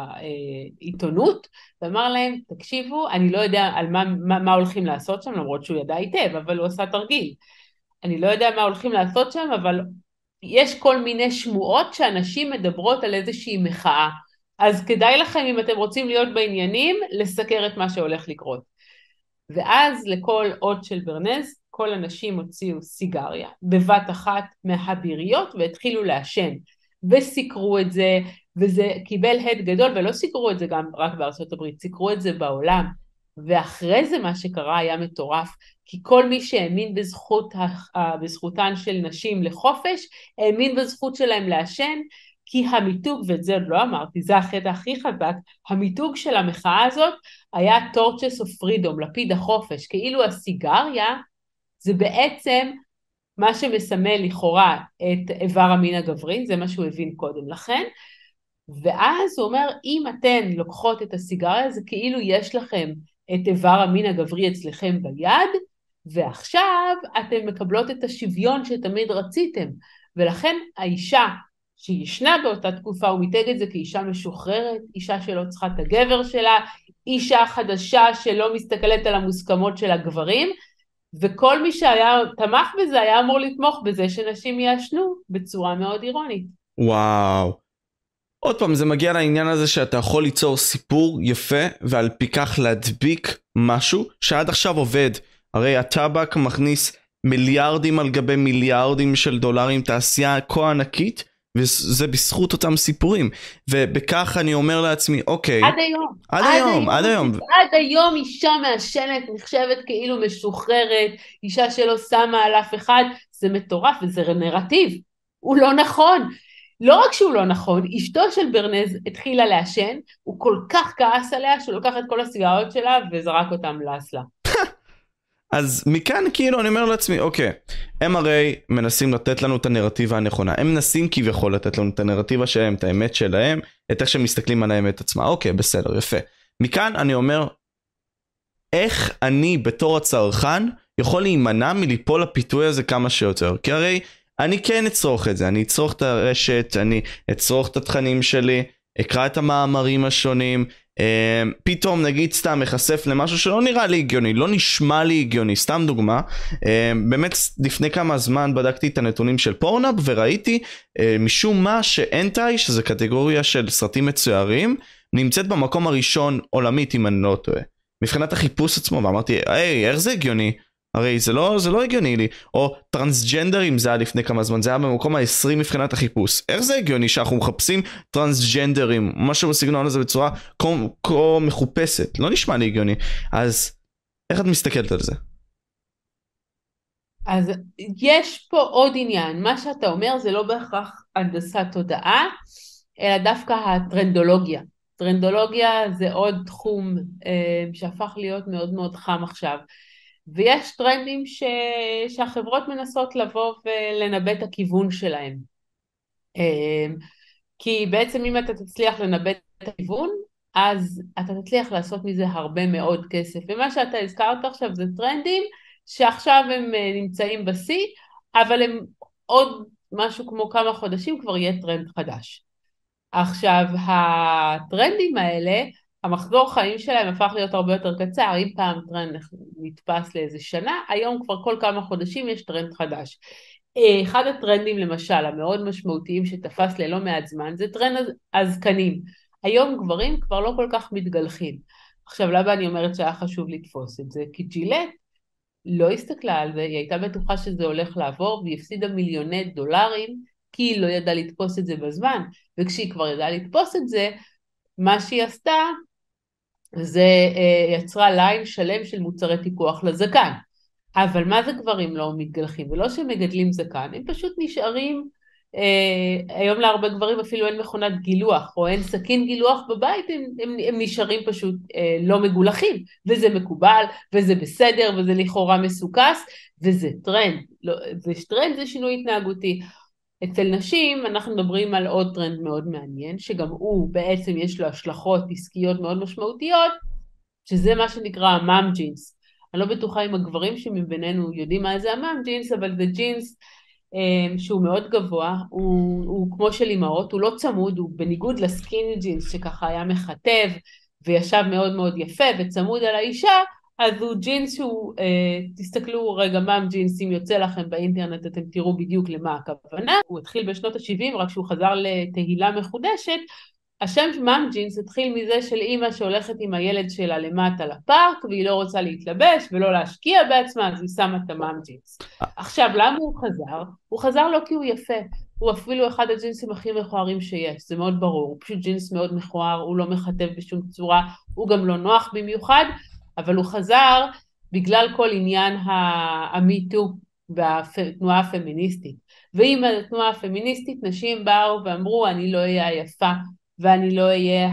העיתונות, ואמר להם, תקשיבו, אני לא יודע על מה, מה, מה הולכים לעשות שם, למרות שהוא ידע היטב, אבל הוא עשה תרגיל. אני לא יודע מה הולכים לעשות שם, אבל יש כל מיני שמועות שאנשים מדברות על איזושהי מחאה. אז כדאי לכם, אם אתם רוצים להיות בעניינים, לסקר את מה שהולך לקרות. ואז לכל אות של ברנז, כל אנשים הוציאו סיגריה, בבת אחת מהביריות, והתחילו לעשן. וסיקרו את זה, וזה קיבל הד גדול, ולא סיקרו את זה גם רק בארצות הברית, סיקרו את זה בעולם. ואחרי זה מה שקרה היה מטורף, כי כל מי שהאמין בזכות, בזכותן של נשים לחופש, האמין בזכות שלהם לעשן, כי המיתוג, ואת זה עוד לא אמרתי, זה החטא הכי חזק, המיתוג של המחאה הזאת היה torches of freedom, לפיד החופש, כאילו הסיגריה זה בעצם מה שמסמל לכאורה את איבר המין הגברי, זה מה שהוא הבין קודם לכן, ואז הוא אומר, אם אתן לוקחות את הסיגריה, זה כאילו יש לכם את איבר המין הגברי אצלכם ביד, ועכשיו אתן מקבלות את השוויון שתמיד רציתם, ולכן האישה שישנה באותה תקופה, הוא מיתג את זה כאישה משוחררת, אישה שלא צריכה את הגבר שלה, אישה חדשה שלא מסתכלת על המוסכמות של הגברים, וכל מי שהיה תמך בזה היה אמור לתמוך בזה שנשים יעשנו בצורה מאוד אירונית. וואו. עוד פעם, זה מגיע לעניין הזה שאתה יכול ליצור סיפור יפה ועל פי כך להדביק משהו שעד עכשיו עובד. הרי הטבק מכניס מיליארדים על גבי מיליארדים של דולרים, תעשייה כה ענקית, וזה בזכות אותם סיפורים. ובכך אני אומר לעצמי, אוקיי. עד היום. עד היום, עד היום. עד היום אישה מעשנת נחשבת כאילו משוחררת, אישה שלא שמה על אף אחד, זה מטורף וזה נרטיב. הוא לא נכון. לא רק שהוא לא נכון, אשתו של ברנז התחילה לעשן, הוא כל כך כעס עליה שהוא לוקח את כל הסיגריות שלה וזרק אותם לאסלה. אז מכאן כאילו אני אומר לעצמי, אוקיי, הם הרי מנסים לתת לנו את הנרטיבה הנכונה, הם מנסים כביכול לתת לנו את הנרטיבה שלהם, את האמת שלהם, את איך שהם מסתכלים על האמת עצמה, אוקיי, בסדר, יפה. מכאן אני אומר, איך אני בתור הצרכן יכול להימנע מליפול לפיתוי הזה כמה שיותר, כי הרי אני כן אצרוך את זה, אני אצרוך את הרשת, אני אצרוך את התכנים שלי, אקרא את המאמרים השונים, Uh, פתאום נגיד סתם מחשף למשהו שלא נראה לי הגיוני, לא נשמע לי הגיוני, סתם דוגמה, uh, באמת לפני כמה זמן בדקתי את הנתונים של פורנאב וראיתי uh, משום מה שאנטאי, שזה קטגוריה של סרטים מצוירים, נמצאת במקום הראשון עולמית אם אני לא טועה, מבחינת החיפוש עצמו, ואמרתי, היי, איך זה הגיוני? הרי זה לא, זה לא הגיוני לי. או טרנסג'נדרים זה היה לפני כמה זמן, זה היה במקום ה-עשרים מבחינת החיפוש. איך זה הגיוני שאנחנו מחפשים טרנסג'נדרים, משהו בסגנון הזה בצורה כה, כה מחופשת? לא נשמע לי הגיוני. אז איך את מסתכלת על זה? אז יש פה עוד עניין, מה שאתה אומר זה לא בהכרח הנדסת תודעה, אלא דווקא הטרנדולוגיה. טרנדולוגיה זה עוד תחום אה, שהפך להיות מאוד מאוד חם עכשיו, ויש טרנדים ש... שהחברות מנסות לבוא ולנבא את הכיוון שלהם. אה, כי בעצם אם אתה תצליח לנבא את הכיוון, אז אתה תצליח לעשות מזה הרבה מאוד כסף. ומה שאתה הזכרת עכשיו זה טרנדים, שעכשיו הם נמצאים בשיא, אבל הם עוד משהו כמו כמה חודשים כבר יהיה טרנד חדש. עכשיו, הטרנדים האלה, המחזור חיים שלהם הפך להיות הרבה יותר קצר, אם פעם טרנד נתפס לאיזה שנה, היום כבר כל כמה חודשים יש טרנד חדש. אחד הטרנדים למשל המאוד משמעותיים שתפס ללא מעט זמן זה טרנד הזקנים. היום גברים כבר לא כל כך מתגלחים. עכשיו למה אני אומרת שהיה חשוב לתפוס את זה? כי ג'ילט לא הסתכלה על זה, היא הייתה בטוחה שזה הולך לעבור והיא הפסידה מיליוני דולרים כי היא לא ידעה לתפוס את זה בזמן, וכשהיא כבר ידעה לתפוס את זה, מה שהיא עשתה זה יצרה ליין שלם של מוצרי טיפוח לזקן. אבל מה זה גברים לא מתגלחים? ולא שהם מגדלים זקן, הם פשוט נשארים, אה, היום להרבה גברים אפילו אין מכונת גילוח, או אין סכין גילוח בבית, הם, הם, הם נשארים פשוט אה, לא מגולחים, וזה מקובל, וזה בסדר, וזה לכאורה מסוכס, וזה טרנד, לא, וטרנד זה שינוי התנהגותי. אצל נשים אנחנו מדברים על עוד טרנד מאוד מעניין, שגם הוא בעצם יש לו השלכות עסקיות מאוד משמעותיות, שזה מה שנקרא המאם ג'ינס. אני לא בטוחה אם הגברים שמבינינו יודעים מה זה המאם ג'ינס, אבל זה ג'ינס אה, שהוא מאוד גבוה, הוא, הוא כמו של אמהות, הוא לא צמוד, הוא בניגוד לסקיני ג'ינס שככה היה מכתב וישב מאוד מאוד יפה וצמוד על האישה, אז הוא ג'ינס שהוא, אה, תסתכלו רגע מאם ג'ינס, אם יוצא לכם באינטרנט אתם תראו בדיוק למה הכוונה, הוא התחיל בשנות ה-שבעים רק שהוא חזר לתהילה מחודשת, השם מאם ג'ינס התחיל מזה של אימא שהולכת עם הילד שלה למטה לפארק, והיא לא רוצה להתלבש ולא להשקיע בעצמה, אז היא שמה את המאם ג'ינס. עכשיו, למה הוא חזר? הוא חזר לא כי הוא יפה, הוא אפילו אחד הג'ינסים הכי מכוערים שיש, זה מאוד ברור, הוא פשוט ג'ינס מאוד מכוער, הוא לא מכתב בשום צורה, הוא גם לא נוח במיוחד, אבל הוא חזר בגלל כל עניין המיטו והתנועה הפמיניסטית. ועם התנועה הפמיניסטית, נשים באו ואמרו, אני לא אהיה היפה, ואני לא אהיה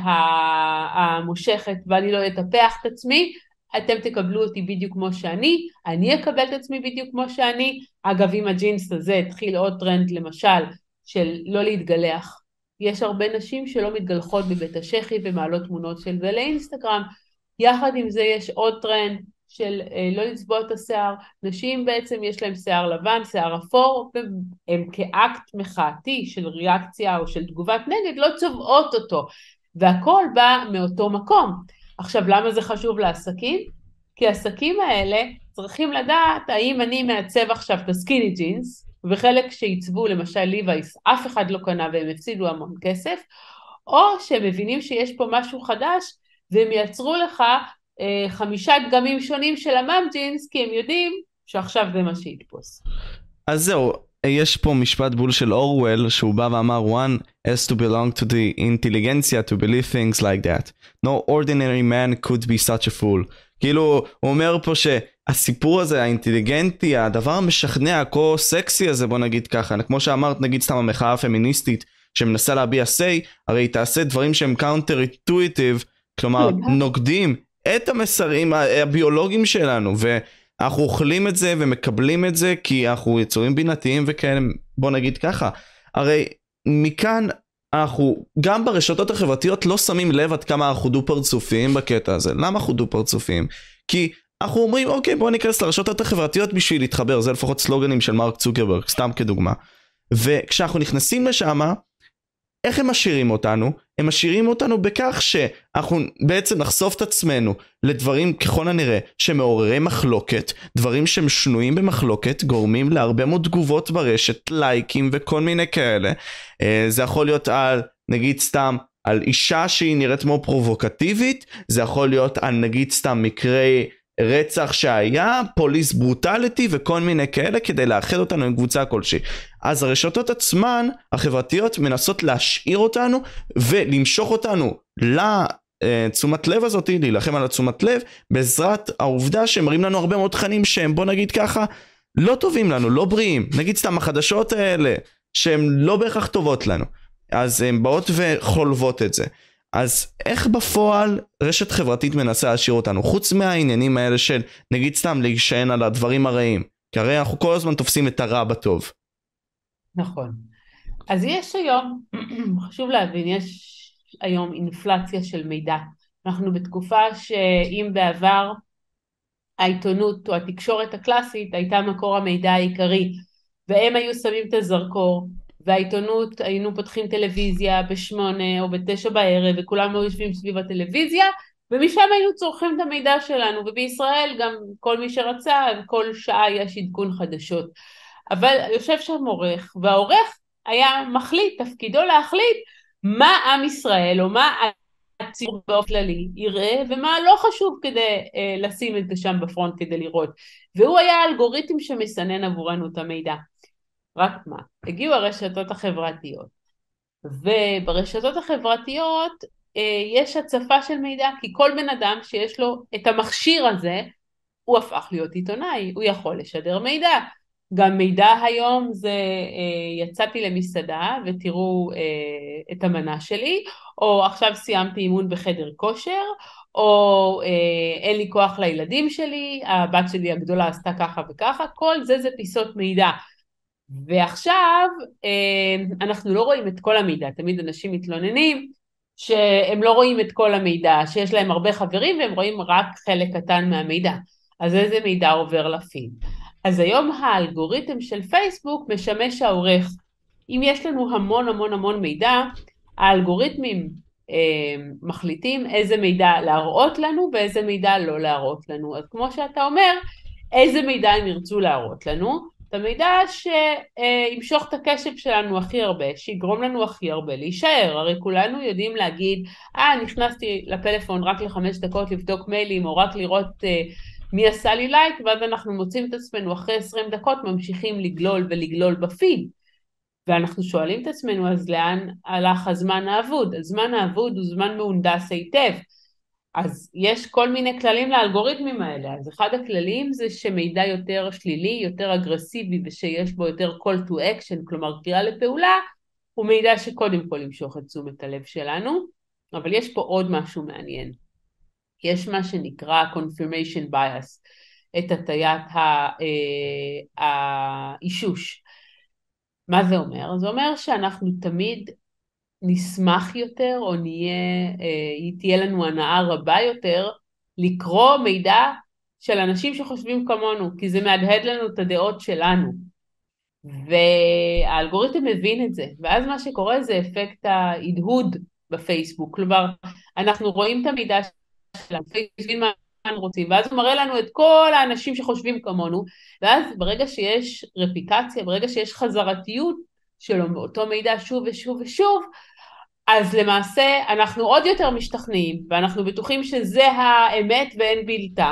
המושכת, ואני לא אטפח את עצמי, אתם תקבלו אותי בדיוק כמו שאני, אני אקבל את עצמי בדיוק כמו שאני. אגב, עם הג'ינס הזה התחיל עוד טרנד למשל, של לא להתגלח. יש הרבה נשים שלא מתגלחות בבית השחי, ומעלות תמונות של זה לאינסטגרם. יחד עם זה יש עוד טרנד, של אה, לא לצבוע את השיער. נשים בעצם יש להם שיער לבן, שיער אפור, והם כאקט מחאתי של ריאקציה או של תגובת נגד, לא צובעות אותו, והכל בא מאותו מקום. עכשיו, למה זה חשוב לעסקים? כי העסקים האלה צריכים לדעת האם אני מעצב עכשיו את הסקיני ג'ינס, וחלק שיצבו למשל ליווייס, אף אחד לא קנה והם הפסידו המון כסף, או שהם מבינים שיש פה משהו חדש, והם יצרו לך חמישה דגמים שונים של המאם ג'ינס, כי הם יודעים שעכשיו זה מה שיתפוס. אז זהו, יש פה משפט בול של אורוול, שהוא בא ואמר, one has to belong to the intelligentsia to believe things like that. No ordinary man could be such a fool. כאילו, הוא אומר פה שהסיפור הזה, האינטליגנטי, הדבר המשכנע, הכה סקסי הזה, בוא נגיד ככה, כמו שאמרת, נגיד סתם המחאה הפמיניסטית, שמנסה להביע say, הרי היא תעשה דברים שהם counter-intuitive, כלומר, נוגדים את המסרים הביולוגיים שלנו, ואנחנו אוכלים את זה ומקבלים את זה כי אנחנו יצורים בינתיים וכאלה, בוא נגיד ככה. הרי מכאן אנחנו גם ברשתות החברתיות לא שמים לב עד כמה אנחנו דו פרצופיים בקטע הזה. למה אנחנו דו פרצופיים? כי אנחנו אומרים, אוקיי, בוא ניכנס לרשתות החברתיות בשביל להתחבר, זה לפחות סלוגנים של מרק צוקרברג, סתם כדוגמה. וכשאנחנו נכנסים לשם, איך הם משאירים אותנו? הם משאירים אותנו בכך שאנחנו בעצם נחשוף את עצמנו לדברים ככל הנראה שמעוררי מחלוקת, דברים שהם שנויים במחלוקת, גורמים להרבה מאוד תגובות ברשת, לייקים וכל מיני כאלה. זה יכול להיות על, נגיד סתם, על אישה שהיא נראית מאוד פרובוקטיבית, זה יכול להיות על נגיד סתם מקרי רצח שהיה, פוליס ברוטליטי וכל מיני כאלה, כדי לאחד אותנו עם קבוצה כלשהי. אז הרשתות עצמן, החברתיות, מנסות להשאיר אותנו ולמשוך אותנו לתשומת לב הזאת, להילחם על התשומת לב, בעזרת העובדה שמראים לנו הרבה מאוד תכנים שהם, בוא נגיד ככה, לא טובים לנו, לא בריאים, נגיד סתם החדשות האלה, שהן לא בהכרח טובות לנו, אז הן באות וחולבות את זה. אז איך בפועל רשת חברתית מנסה להשאיר אותנו, חוץ מהעניינים האלה של נגיד סתם להישען על הדברים הרעים, כי הרי אנחנו כל הזמן תופסים את הרע בטוב. נכון. אז יש היום, חשוב להבין, יש היום אינפלציה של מידע. אנחנו בתקופה שאם בעבר העיתונות או התקשורת הקלאסית הייתה מקור המידע העיקרי, והם היו שמים את הזרקור, והעיתונות היינו פותחים טלוויזיה בשמונה או בתשע בערב, וכולם היו יושבים סביב הטלוויזיה, ומשם היינו צורכים את המידע שלנו, ובישראל גם כל מי שרצה, כל שעה יש עדכון חדשות. אבל יושב שם עורך, והעורך היה מחליט, תפקידו להחליט מה עם ישראל או מה הציבור באופן כללי יראה, ומה לא חשוב כדי אה, לשים את זה שם בפרונט כדי לראות. והוא היה האלגוריתם שמסנן עבורנו את המידע. רק מה? הגיעו הרשתות החברתיות, וברשתות החברתיות אה, יש הצפה של מידע, כי כל בן אדם שיש לו את המכשיר הזה, הוא הפך להיות עיתונאי, הוא יכול לשדר מידע. גם מידע היום זה אה, יצאתי למסעדה ותראו אה, את המנה שלי, או עכשיו סיימתי אימון בחדר כושר, או אה, אין לי כוח לילדים שלי, הבת שלי הגדולה עשתה ככה וככה, כל זה זה פיסות מידע. ועכשיו אה, אנחנו לא רואים את כל המידע, תמיד אנשים מתלוננים שהם לא רואים את כל המידע, שיש להם הרבה חברים והם רואים רק חלק קטן מהמידע, אז איזה מידע עובר לפיד. אז היום האלגוריתם של פייסבוק משמש העורך. אם יש לנו המון המון המון מידע, האלגוריתמים אה, מחליטים איזה מידע להראות לנו ואיזה מידע לא להראות לנו. אז כמו שאתה אומר, איזה מידע הם ירצו להראות לנו? את המידע שימשוך את הקשב שלנו הכי הרבה, שיגרום לנו הכי הרבה להישאר. הרי כולנו יודעים להגיד, אה, נכנסתי לפלאפון רק לחמש דקות לבדוק מיילים, או רק לראות אה, מי עשה לי לייק, ואז אנחנו מוצאים את עצמנו אחרי עשרים דקות ממשיכים לגלול ולגלול בפיד. ואנחנו שואלים את עצמנו, אז לאן הלך הזמן האבוד? הזמן האבוד הוא זמן מהונדס היטב. אז יש כל מיני כללים לאלגוריתמים האלה. אז אחד הכללים זה שמידע יותר שלילי, יותר אגרסיבי, ושיש בו יותר call to action, כלומר קריאה לפעולה, הוא מידע שקודם כל ימשוך את תשומת הלב שלנו. אבל יש פה עוד משהו מעניין. יש מה שנקרא confirmation bias, את הטיית האישוש. מה זה אומר? זה אומר שאנחנו תמיד נשמח יותר, או נהיה, תהיה לנו הנאה רבה יותר, לקרוא מידע של אנשים שחושבים כמונו, כי זה מהדהד לנו את הדעות שלנו. והאלגוריתם מבין את זה, ואז מה שקורה זה אפקט ההדהוד בפייסבוק, כלומר, אנחנו רואים את המידע שלנו, פייסבוק מה אנחנו רוצים, ואז הוא מראה לנו את כל האנשים שחושבים כמונו, ואז ברגע שיש רפיטציה, ברגע שיש חזרתיות שלו מאותו מידע שוב ושוב ושוב, אז למעשה אנחנו עוד יותר משתכנעים, ואנחנו בטוחים שזה האמת ואין בלתה,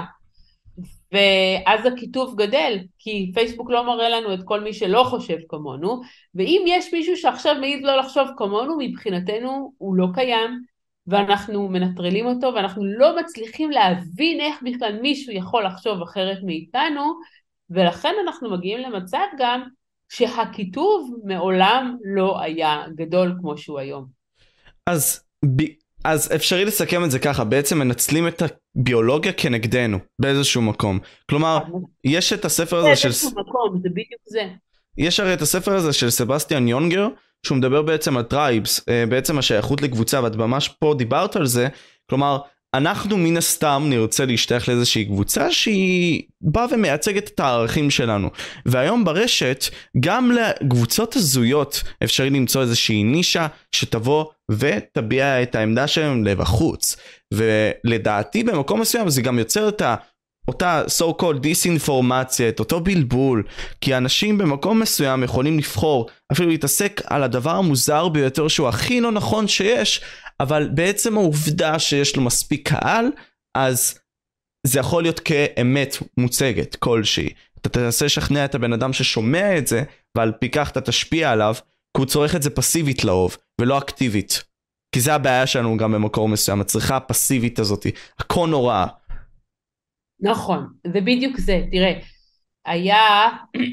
ואז הכיתוב גדל, כי פייסבוק לא מראה לנו את כל מי שלא חושב כמונו, ואם יש מישהו שעכשיו מעיד לא לחשוב כמונו, מבחינתנו הוא לא קיים, ואנחנו מנטרלים אותו, ואנחנו לא מצליחים להבין איך בכלל מישהו יכול לחשוב אחרת מאיתנו, ולכן אנחנו מגיעים למצב גם שהכיתוב מעולם לא היה גדול כמו שהוא היום. אז, ב... אז אפשרי לסכם את זה ככה, בעצם מנצלים את הביולוגיה כנגדנו, באיזשהו מקום. כלומר, יש את הספר הזה של... באיזשהו מקום, זה בדיוק זה. יש הרי את הספר הזה של סבסטיאן יונגר, שהוא מדבר בעצם על טרייבס, בעצם השייכות לקבוצה, ואת ממש פה דיברת על זה, כלומר, אנחנו מן הסתם נרצה להשתייך לאיזושהי קבוצה שהיא באה ומייצגת את הערכים שלנו. והיום ברשת, גם לקבוצות הזויות אפשרי למצוא איזושהי נישה שתבוא ותביע את העמדה שלהם לבחוץ. ולדעתי במקום מסוים זה גם יוצר את ה... אותה so called דיסאינפורמציה, את אותו בלבול, כי אנשים במקום מסוים יכולים לבחור, אפילו להתעסק על הדבר המוזר ביותר שהוא הכי לא נכון שיש, אבל בעצם העובדה שיש לו מספיק קהל, אז זה יכול להיות כאמת מוצגת כלשהי. אתה תנסה לשכנע את הבן אדם ששומע את זה, ועל פי כך אתה תשפיע עליו, כי הוא צורך את זה פסיבית לאהוב, ולא אקטיבית. כי זה הבעיה שלנו גם במקור מסוים, הצריכה הפסיבית הזאת, הכל נורא. נכון, זה בדיוק זה, תראה, היה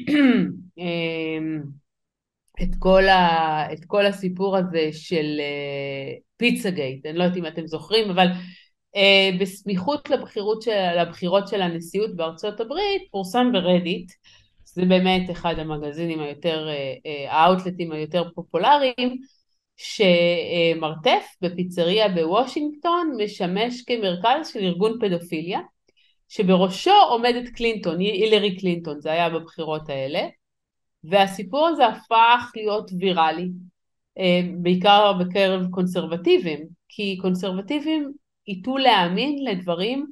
את כל, ה, את כל הסיפור הזה של פיצה גייט, אני לא יודעת אם אתם זוכרים, אבל uh, בסמיכות לבחירות של, לבחירות של הנשיאות בארצות הברית, פורסם ברדיט, זה באמת אחד המגזינים היותר, uh, האוטלטים היותר פופולריים, שמרתף בפיצריה בוושינגטון משמש כמרכז של ארגון פדופיליה, שבראשו עומדת קלינטון, הילרי קלינטון, זה היה בבחירות האלה, והסיפור הזה הפך להיות ויראלי, בעיקר בקרב קונסרבטיבים, כי קונסרבטיבים ייתו להאמין לדברים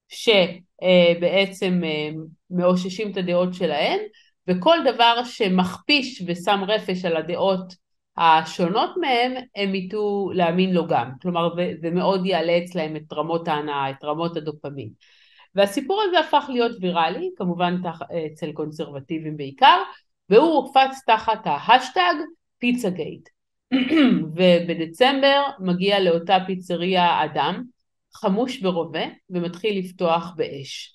שבעצם מאוששים את הדעות שלהם, וכל דבר שמכפיש ושם רפש על הדעות השונות מהם, הם ייתו להאמין לו גם. כלומר, זה מאוד יעלה אצלהם את רמות ההנאה, את רמות הדופמין. והסיפור הזה הפך להיות ויראלי, כמובן אצל קונסרבטיבים בעיקר, והוא הופץ תחת ההשטג פיצה גייט. ובדצמבר מגיע לאותה פיצריה אדם, חמוש ברובה, ומתחיל לפתוח באש.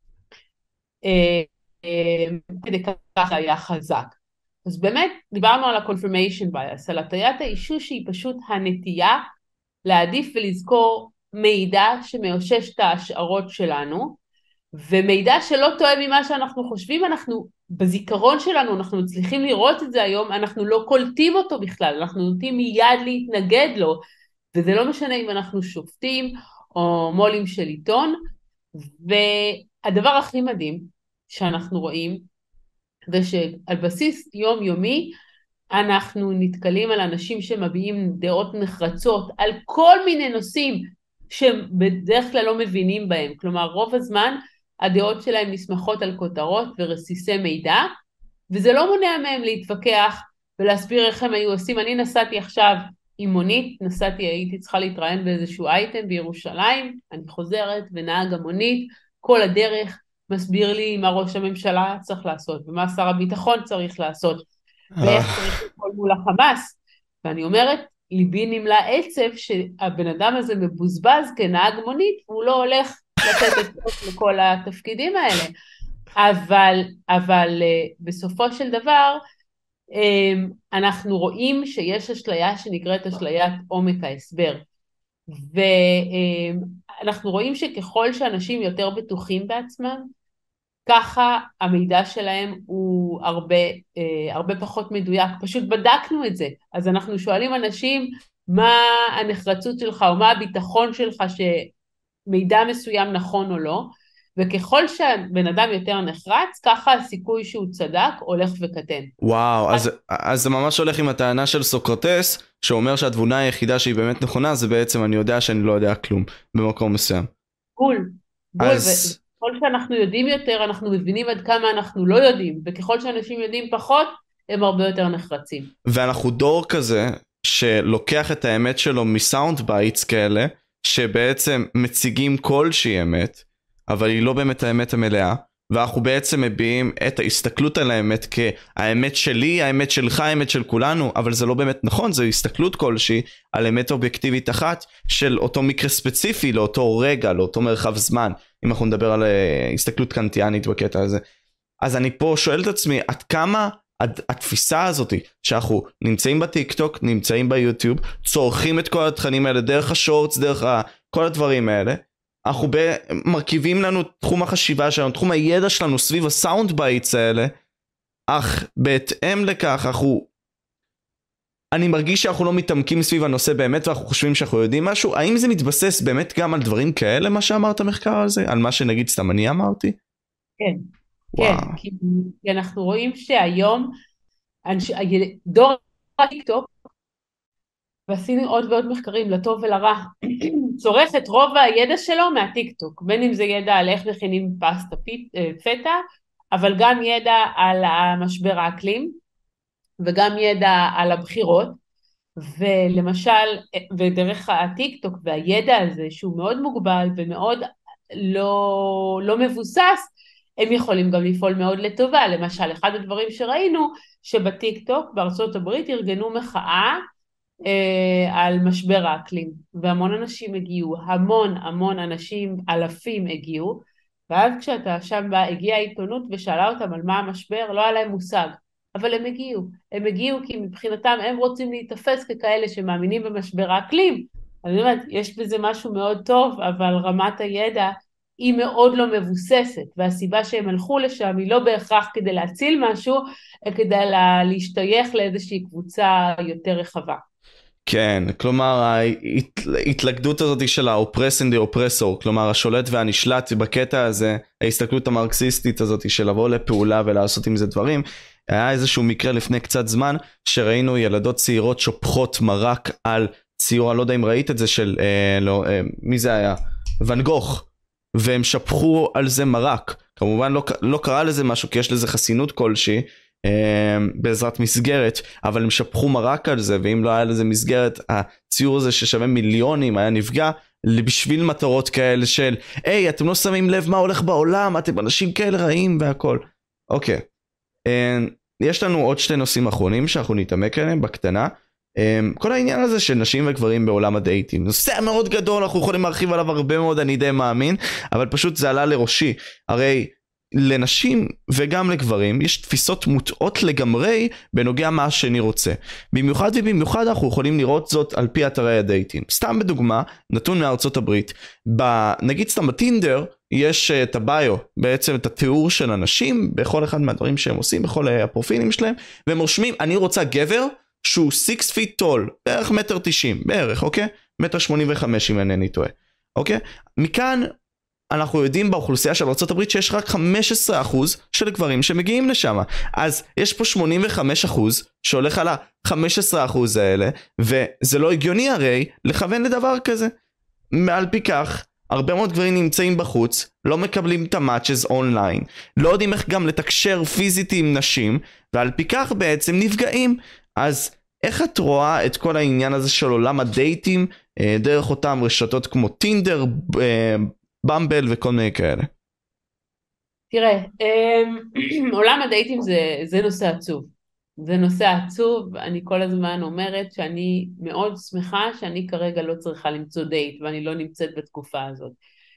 כדי כך היה חזק. אז באמת דיברנו על ה-confirmation bias, על הטיית האישוש שהיא פשוט הנטייה להעדיף ולזכור מידע שמאושש את ההשערות שלנו, ומידע שלא טועה ממה שאנחנו חושבים, אנחנו בזיכרון שלנו, אנחנו מצליחים לראות את זה היום, אנחנו לא קולטים אותו בכלל, אנחנו נוטים מיד להתנגד לו, וזה לא משנה אם אנחנו שופטים או מולים של עיתון, והדבר הכי מדהים שאנחנו רואים, זה שעל בסיס יומיומי, אנחנו נתקלים על אנשים שמביעים דעות נחרצות, על כל מיני נושאים שהם בדרך כלל לא מבינים בהם, כלומר רוב הזמן הדעות שלהם נסמכות על כותרות ורסיסי מידע, וזה לא מונע מהם להתווכח ולהסביר איך הם היו עושים. אני נסעתי עכשיו עם מונית, נסעתי, הייתי צריכה להתראיין באיזשהו אייטם בירושלים, אני חוזרת ונהג המונית, כל הדרך מסביר לי מה ראש הממשלה צריך לעשות, ומה שר הביטחון צריך לעשות, ואיך צריך לפעול מול החמאס, ואני אומרת, ליבי נמלא עצב שהבן אדם הזה מבוזבז כנהג מונית, והוא לא הולך לתת את לכל התפקידים האלה, אבל, אבל בסופו של דבר, אנחנו רואים שיש אשליה שנקראת אשליית עומק ההסבר, ואנחנו רואים שככל שאנשים יותר בטוחים בעצמם, ככה המידע שלהם הוא הרבה, הרבה פחות מדויק, פשוט בדקנו את זה, אז אנחנו שואלים אנשים מה הנחרצות שלך או מה הביטחון שלך שמידע מסוים נכון או לא, וככל שהבן אדם יותר נחרץ, ככה הסיכוי שהוא צדק הולך וקטן. וואו, אז, אז זה ממש הולך עם הטענה של סוקרטס, שאומר שהתבונה היחידה שהיא באמת נכונה, זה בעצם אני יודע שאני לא יודע כלום במקום מסוים. בול, בול, אז... ככל שאנחנו יודעים יותר, אנחנו מבינים עד כמה אנחנו לא יודעים, וככל שאנשים יודעים פחות, הם הרבה יותר נחרצים. ואנחנו דור כזה, שלוקח את האמת שלו מסאונד בייטס כאלה, שבעצם מציגים כלשהי אמת, אבל היא לא באמת האמת המלאה, ואנחנו בעצם מביאים את ההסתכלות על האמת כהאמת שלי, האמת שלך, האמת של כולנו, אבל זה לא באמת נכון, זו הסתכלות כלשהי על אמת אובייקטיבית אחת של אותו מקרה ספציפי, לאותו רגע, לאותו מרחב זמן, אם אנחנו נדבר על הסתכלות קנטיאנית בקטע הזה. אז אני פה שואל את עצמי, עד כמה התפיסה הזאת שאנחנו נמצאים בטיק-טוק, נמצאים ביוטיוב, צורכים את כל התכנים האלה דרך השורטס, דרך כל הדברים האלה, אנחנו מרכיבים לנו תחום החשיבה שלנו, תחום הידע שלנו סביב הסאונד בייטס האלה, אך בהתאם לכך אנחנו, אני מרגיש שאנחנו לא מתעמקים סביב הנושא באמת, ואנחנו חושבים שאנחנו יודעים משהו. האם זה מתבסס באמת גם על דברים כאלה, מה שאמרת מחקר על זה? על מה שנגיד סתם אני אמרתי? כן, כן, כי אנחנו רואים שהיום דור הטיק-טוק, ועשינו עוד ועוד מחקרים לטוב ולרע, צורך את רוב הידע שלו מהטיק-טוק, בין אם זה ידע על איך מכינים פסטה פטה, אבל גם ידע על המשבר האקלים, וגם ידע על הבחירות, ולמשל, ודרך הטיק-טוק והידע הזה, שהוא מאוד מוגבל ומאוד לא, לא מבוסס, הם יכולים גם לפעול מאוד לטובה. למשל, אחד הדברים שראינו, שבטיק-טוק בארצות הברית ארגנו מחאה, על משבר האקלים, והמון אנשים הגיעו, המון המון אנשים, אלפים הגיעו, ואז כשאתה שם בא, הגיעה העיתונות ושאלה אותם על מה המשבר, לא היה להם מושג. אבל הם הגיעו. הם הגיעו כי מבחינתם הם רוצים להיתפס ככאלה שמאמינים במשבר האקלים. אני אומרת, יש בזה משהו מאוד טוב, אבל רמת הידע היא מאוד לא מבוססת, והסיבה שהם הלכו לשם היא לא בהכרח כדי להציל משהו, אלא כדי לה, להשתייך לאיזושהי קבוצה יותר רחבה. כן, כלומר ההתלכדות הזאת של ה-oppress and the oppressor, כלומר השולט והנשלט בקטע הזה, ההסתכלות המרקסיסטית הזאת של לבוא לפעולה ולעשות עם זה דברים, היה איזשהו מקרה לפני קצת זמן שראינו ילדות צעירות שופכות מרק על ציור, אני לא יודע אם ראית את זה של, אה, לא, אה, מי זה היה? ואן גוך, והם שפכו על זה מרק, כמובן לא, לא קרה לזה משהו כי יש לזה חסינות כלשהי, בעזרת מסגרת, אבל הם שפכו מרק על זה, ואם לא היה לזה מסגרת, הציור הזה ששווה מיליונים היה נפגע בשביל מטרות כאלה של היי, אתם לא שמים לב מה הולך בעולם, אתם אנשים כאלה רעים והכל. אוקיי, יש לנו עוד שתי נושאים אחרונים שאנחנו נתעמק עליהם בקטנה. כל העניין הזה של נשים וגברים בעולם הדייטים, נושא מאוד גדול, אנחנו יכולים להרחיב עליו הרבה מאוד, אני די מאמין, אבל פשוט זה עלה לראשי. הרי לנשים וגם לגברים יש תפיסות מוטעות לגמרי בנוגע מה השני רוצה. במיוחד ובמיוחד אנחנו יכולים לראות זאת על פי אתרי הדייטים. סתם בדוגמה, נתון מארצות הברית, נגיד סתם בטינדר יש את הביו, בעצם את התיאור של אנשים בכל אחד מהדברים שהם עושים, בכל הפרופילים שלהם, והם רושמים אני רוצה גבר שהוא six feet tall, בערך מטר תשעים, בערך, אוקיי? מטר שמונים וחמש אם אינני טועה, אוקיי? מכאן אנחנו יודעים באוכלוסייה של ארצות הברית שיש רק חמישה עשר אחוז של גברים שמגיעים לשם. אז יש פה שמונים וחמישה אחוז שהולך על ה-חמישה עשר אחוז האלה, וזה לא הגיוני הרי לכוון לדבר כזה. מעל פי כך, הרבה מאוד גברים נמצאים בחוץ, לא מקבלים את המאצ'ז אונליין, לא יודעים איך גם לתקשר פיזית עם נשים, ועל פי כך בעצם נפגעים. אז איך את רואה את כל העניין הזה של עולם הדייטים, דרך אותם רשתות כמו טינדר, במבל וכל מיני כאלה? תראה, עולם הדייטים זה, זה נושא עצוב. זה נושא עצוב, אני כל הזמן אומרת שאני מאוד שמחה שאני כרגע לא צריכה למצוא דייט, ואני לא נמצאת בתקופה הזאת.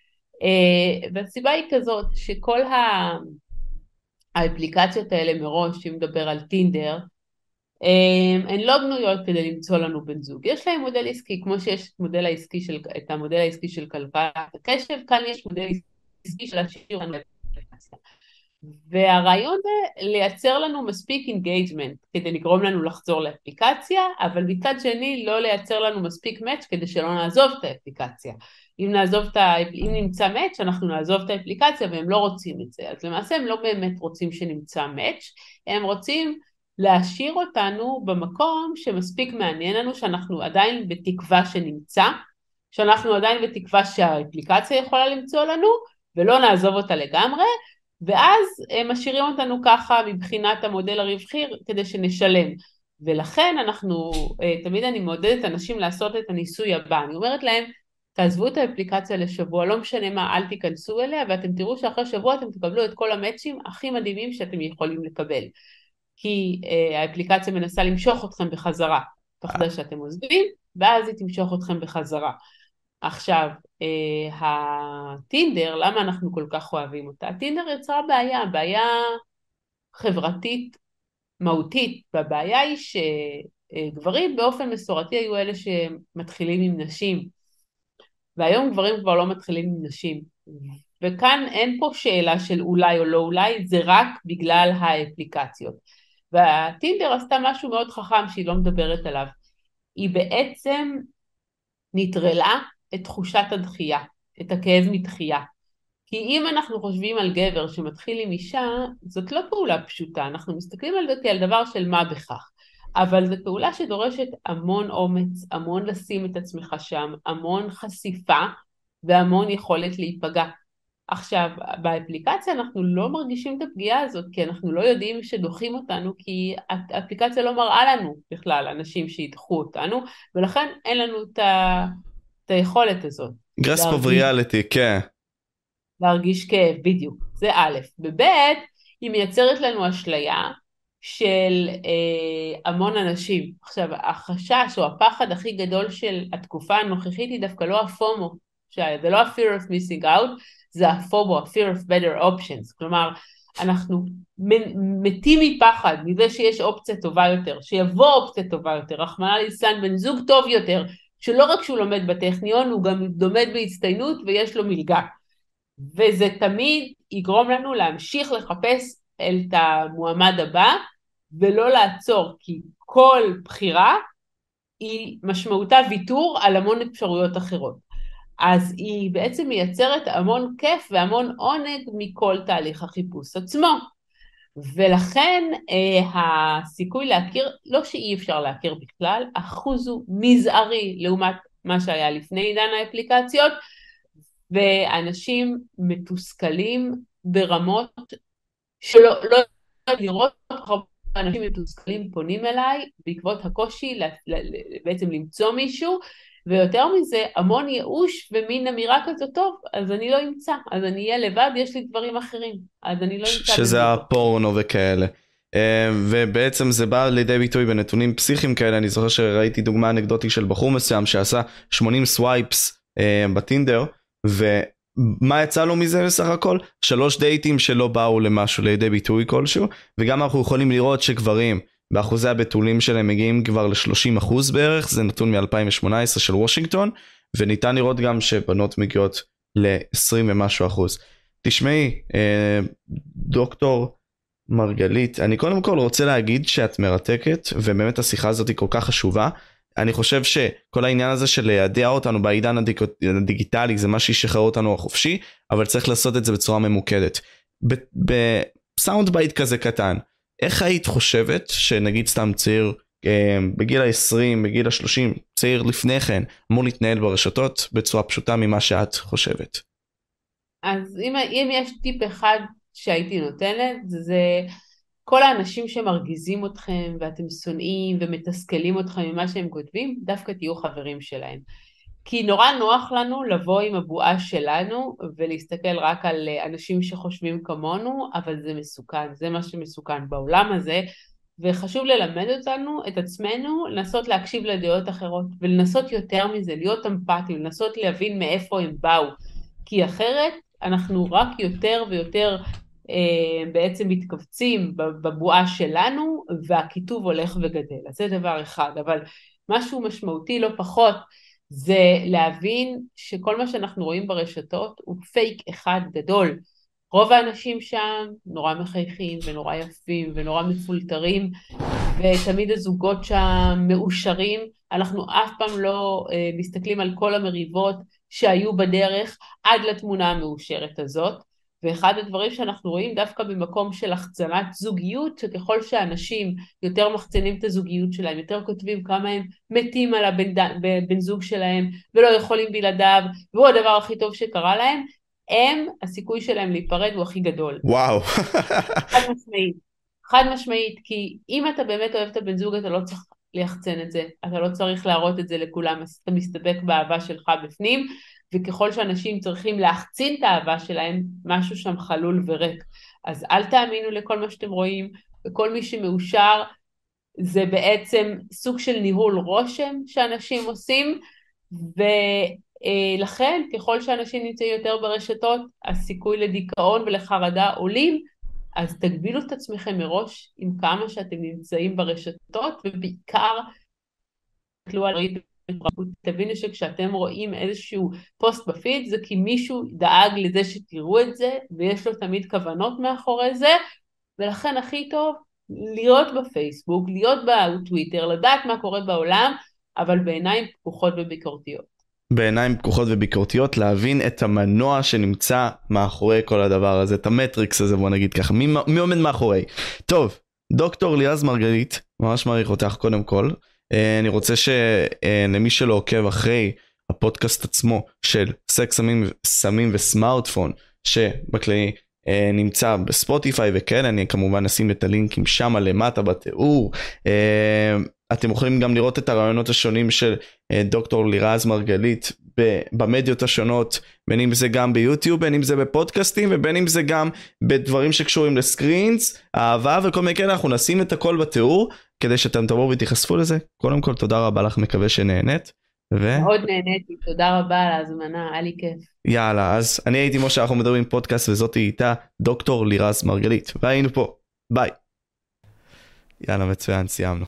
והסיבה היא כזאת, שכל האפליקציות האלה מראש, אם מדבר על טינדר, הן לא בנויות כדי למצוא לנו בן זוג. יש להם מודל עסקי, כמו שיש את המודל העסקי של, את המודל העסקי של כלכלת הקשב, כאן יש מודל עסקי של השאיר לנו אפליקציה. והרעיון זה לייצר לנו מספיק אינגייג'מנט כדי לגרום לנו לחזור לאפליקציה, אבל מצד שני לא לייצר לנו מספיק מאץ' כדי שלא נעזוב את האפליקציה. אם נעזוב את ה... אם נמצא מאץ' אנחנו נעזוב את האפליקציה והם לא רוצים את זה. אז למעשה הם לא באמת רוצים שנמצא מאץ', הם רוצים להשאיר אותנו במקום שמספיק מעניין לנו, שאנחנו עדיין בתקווה שנמצא, שאנחנו עדיין בתקווה שהאפליקציה יכולה למצוא לנו, ולא נעזוב אותה לגמרי, ואז הם משאירים אותנו ככה מבחינת המודל הרווחי כדי שנשלם. ולכן אנחנו, תמיד אני מעודדת אנשים לעשות את הניסוי הבא, אני אומרת להם, תעזבו את האפליקציה לשבוע, לא משנה מה, אל תיכנסו אליה, ואתם תראו שאחרי שבוע אתם תקבלו את כל המאצ'ים הכי מדהימים שאתם יכולים לקבל. כי uh, האפליקציה מנסה למשוך אתכם בחזרה, תוך כדי שאתם עוזבים, ואז היא תמשוך אתכם בחזרה. עכשיו, uh, הטינדר, למה אנחנו כל כך אוהבים אותה? הטינדר יצרה בעיה, בעיה חברתית מהותית, והבעיה היא שגברים באופן מסורתי היו אלה שמתחילים עם נשים, והיום גברים כבר לא מתחילים עם נשים. וכאן אין פה שאלה של אולי או לא אולי, זה רק בגלל האפליקציות. והטינדר עשתה משהו מאוד חכם שהיא לא מדברת עליו. היא בעצם נטרלה את תחושת הדחייה, את הכאב מדחייה. כי אם אנחנו חושבים על גבר שמתחיל עם אישה, זאת לא פעולה פשוטה, אנחנו מסתכלים על זה כעל דבר של מה בכך. אבל זו פעולה שדורשת המון אומץ, המון לשים את עצמך שם, המון חשיפה והמון יכולת להיפגע. עכשיו, באפליקציה אנחנו לא מרגישים את הפגיעה הזאת, כי אנחנו לא יודעים שדוחים אותנו, כי האפליקציה לא מראה לנו בכלל אנשים שידחו אותנו, ולכן אין לנו את, ה... את היכולת הזאת. grasp of reality, כן. להרגיש כאב, בדיוק. זה א', בב' היא מייצרת לנו אשליה של אה, המון אנשים. עכשיו, החשש או הפחד הכי גדול של התקופה הנוכחית היא דווקא לא הפומו, זה לא ה-fear of missing out, זה ה-פובו, ה-fear of better options, כלומר, אנחנו מתים מפחד, מזה שיש אופציה טובה יותר, שיבוא אופציה טובה יותר, רחמנא ליצלן בן זוג טוב יותר, שלא רק שהוא לומד בטכניון, הוא גם לומד בהצטיינות ויש לו מלגה. וזה תמיד יגרום לנו להמשיך לחפש את המועמד הבא, ולא לעצור, כי כל בחירה היא משמעותה ויתור על המון אפשרויות אחרות. אז היא בעצם מייצרת המון כיף והמון עונג מכל תהליך החיפוש עצמו. ולכן אה, הסיכוי להכיר, לא שאי אפשר להכיר בכלל, אחוז הוא מזערי לעומת מה שהיה לפני עידן האפליקציות, ואנשים מתוסכלים ברמות שלא לא לראות הרבה אנשים מתוסכלים פונים אליי בעקבות הקושי בעצם למצוא מישהו, ויותר מזה המון ייאוש ומין אמירה כזאת, טוב, אז אני לא אמצא, אז אני אהיה לבד, יש לי דברים אחרים, אז אני לא אמצא. שזה הפורנו וכאלה. ובעצם זה בא לידי ביטוי בנתונים פסיכיים כאלה. אני זוכר שראיתי דוגמה אנקדוטית של בחור מסוים שעשה שמונים סווייפס בטינדר, ומה יצא לו מזה בסך הכל? שלוש דייטים שלא באו למשהו לידי ביטוי כלשהו, וגם אנחנו יכולים לראות שגברים באחוזי הבתולים שלהם מגיעים כבר ל-שלושים אחוז בערך, זה נתון מ-אלפיים שמונה עשרה של וושינגטון, וניתן לראות גם שבנות מגיעות ל-עשרים ומשהו אחוז. תשמעי, דוקטור מרגלית, אני קודם כל רוצה להגיד שאת מרתקת, ובאמת השיחה הזאת היא כל כך חשובה. אני חושב שכל העניין הזה של להידע אותנו בעידן הדיגיטלי, זה מה שישחרר אותנו החופשי, אבל צריך לעשות את זה בצורה ממוקדת. בסאונד בייט כזה קטן, איך היית חושבת שנגיד סתם צעיר בגיל ה-עשרים, בגיל ה-שלושים, צעיר לפני כן, אמור להתנהל ברשתות בצורה פשוטה ממה שאת חושבת? אז אם, אם יש טיפ אחד שהייתי נותנת, זה כל האנשים שמרגיזים אתכם ואתם שונאים ומתסכלים אתכם ממה שהם כותבים, דווקא תהיו חברים שלהם. כי נורא נוח לנו לבוא עם הבועה שלנו ולהסתכל רק על אנשים שחושבים כמונו, אבל זה מסוכן, זה מה שמסוכן בעולם הזה, וחשוב ללמד אותנו, את עצמנו, לנסות להקשיב לדעות אחרות, ולנסות יותר מזה, להיות אמפתיים, לנסות להבין מאיפה הם באו, כי אחרת אנחנו רק יותר ויותר אה, בעצם מתכווצים בבועה שלנו, והכיתוב הולך וגדל. אז זה דבר אחד, אבל משהו משמעותי לא פחות, זה להבין שכל מה שאנחנו רואים ברשתות הוא פייק אחד גדול. רוב האנשים שם נורא מחייכים ונורא יפים ונורא מפולטרים, ותמיד הזוגות שם מאושרים. אנחנו אף פעם לא אה, מסתכלים על כל המריבות שהיו בדרך עד לתמונה המאושרת הזאת. ואחד הדברים שאנחנו רואים דווקא במקום של החצנת זוגיות, שככל שאנשים יותר מחצנים את הזוגיות שלהם, יותר כותבים כמה הם מתים על הבן בן זוג שלהם ולא יכולים בלעדיו, והוא הדבר הכי טוב שקרה להם, הם, הסיכוי שלהם להיפרד הוא הכי גדול. וואו. חד משמעית. חד משמעית, כי אם אתה באמת אוהב את הבן זוג, אתה לא צריך ליחצן את זה, אתה לא צריך להראות את זה לכולם, אתה מסתבק באהבה שלך בפנים, וככל שאנשים צריכים להחצין את האהבה שלהם, משהו שם חלול וריק. אז אל תאמינו לכל מה שאתם רואים, וכל מי שמאושר, זה בעצם סוג של ניהול רושם שאנשים עושים, ולכן ככל שאנשים נמצאים יותר ברשתות, הסיכוי לדיכאון ולחרדה עולים, אז תגבילו את עצמכם מראש עם כמה שאתם נמצאים ברשתות, ובעיקר תלו על ראית תבינו שכשאתם רואים איזשהו פוסט בפיד, זה כי מישהו דאג לזה שתראו את זה, ויש לו תמיד כוונות מאחורי זה, ולכן הכי טוב להיות בפייסבוק, להיות בטוויטר, לדעת מה קורה בעולם, אבל בעיניים פקוחות וביקורתיות. בעיניים פקוחות וביקורתיות, להבין את המנוע שנמצא מאחורי כל הדבר הזה, את המטריקס הזה, בוא נגיד ככה, מי, מי עומד מאחורי. טוב, דוקטור לירז מרגלית, ממש מעריך אותך קודם כל, אני רוצה שלמי שלא עוקב אחרי הפודקאסט עצמו של סקס, סמים, סמים וסמארטפון, שבכללי נמצא בספוטיפיי וכן, אני כמובן אשים את הלינקים שם למטה בתיאור. אתם יכולים גם לראות את הרעיונות השונים של דוקטור לירז מרגלית במדיות השונות, בין אם זה גם ביוטיוב, בין אם זה בפודקאסטים, ובין אם זה גם בדברים שקשורים לסקרינס, אהבה וכל מיני כאלה. אנחנו נשים את הכל בתיאור, כדי שאתם תבואו ותיחשפו לזה. קודם כל, תודה רבה לך, מקווה שנהנית, ו... מאוד נהניתי, תודה רבה על ההזמנה, היה לי כיף. יאללה, אז אני הייתי משה, אנחנו מדברים פודקאסט, וזאתי איתה דוקטור לירז מרגלית, והיינו פה, ביי. יאללה, מצוין, סיימנו.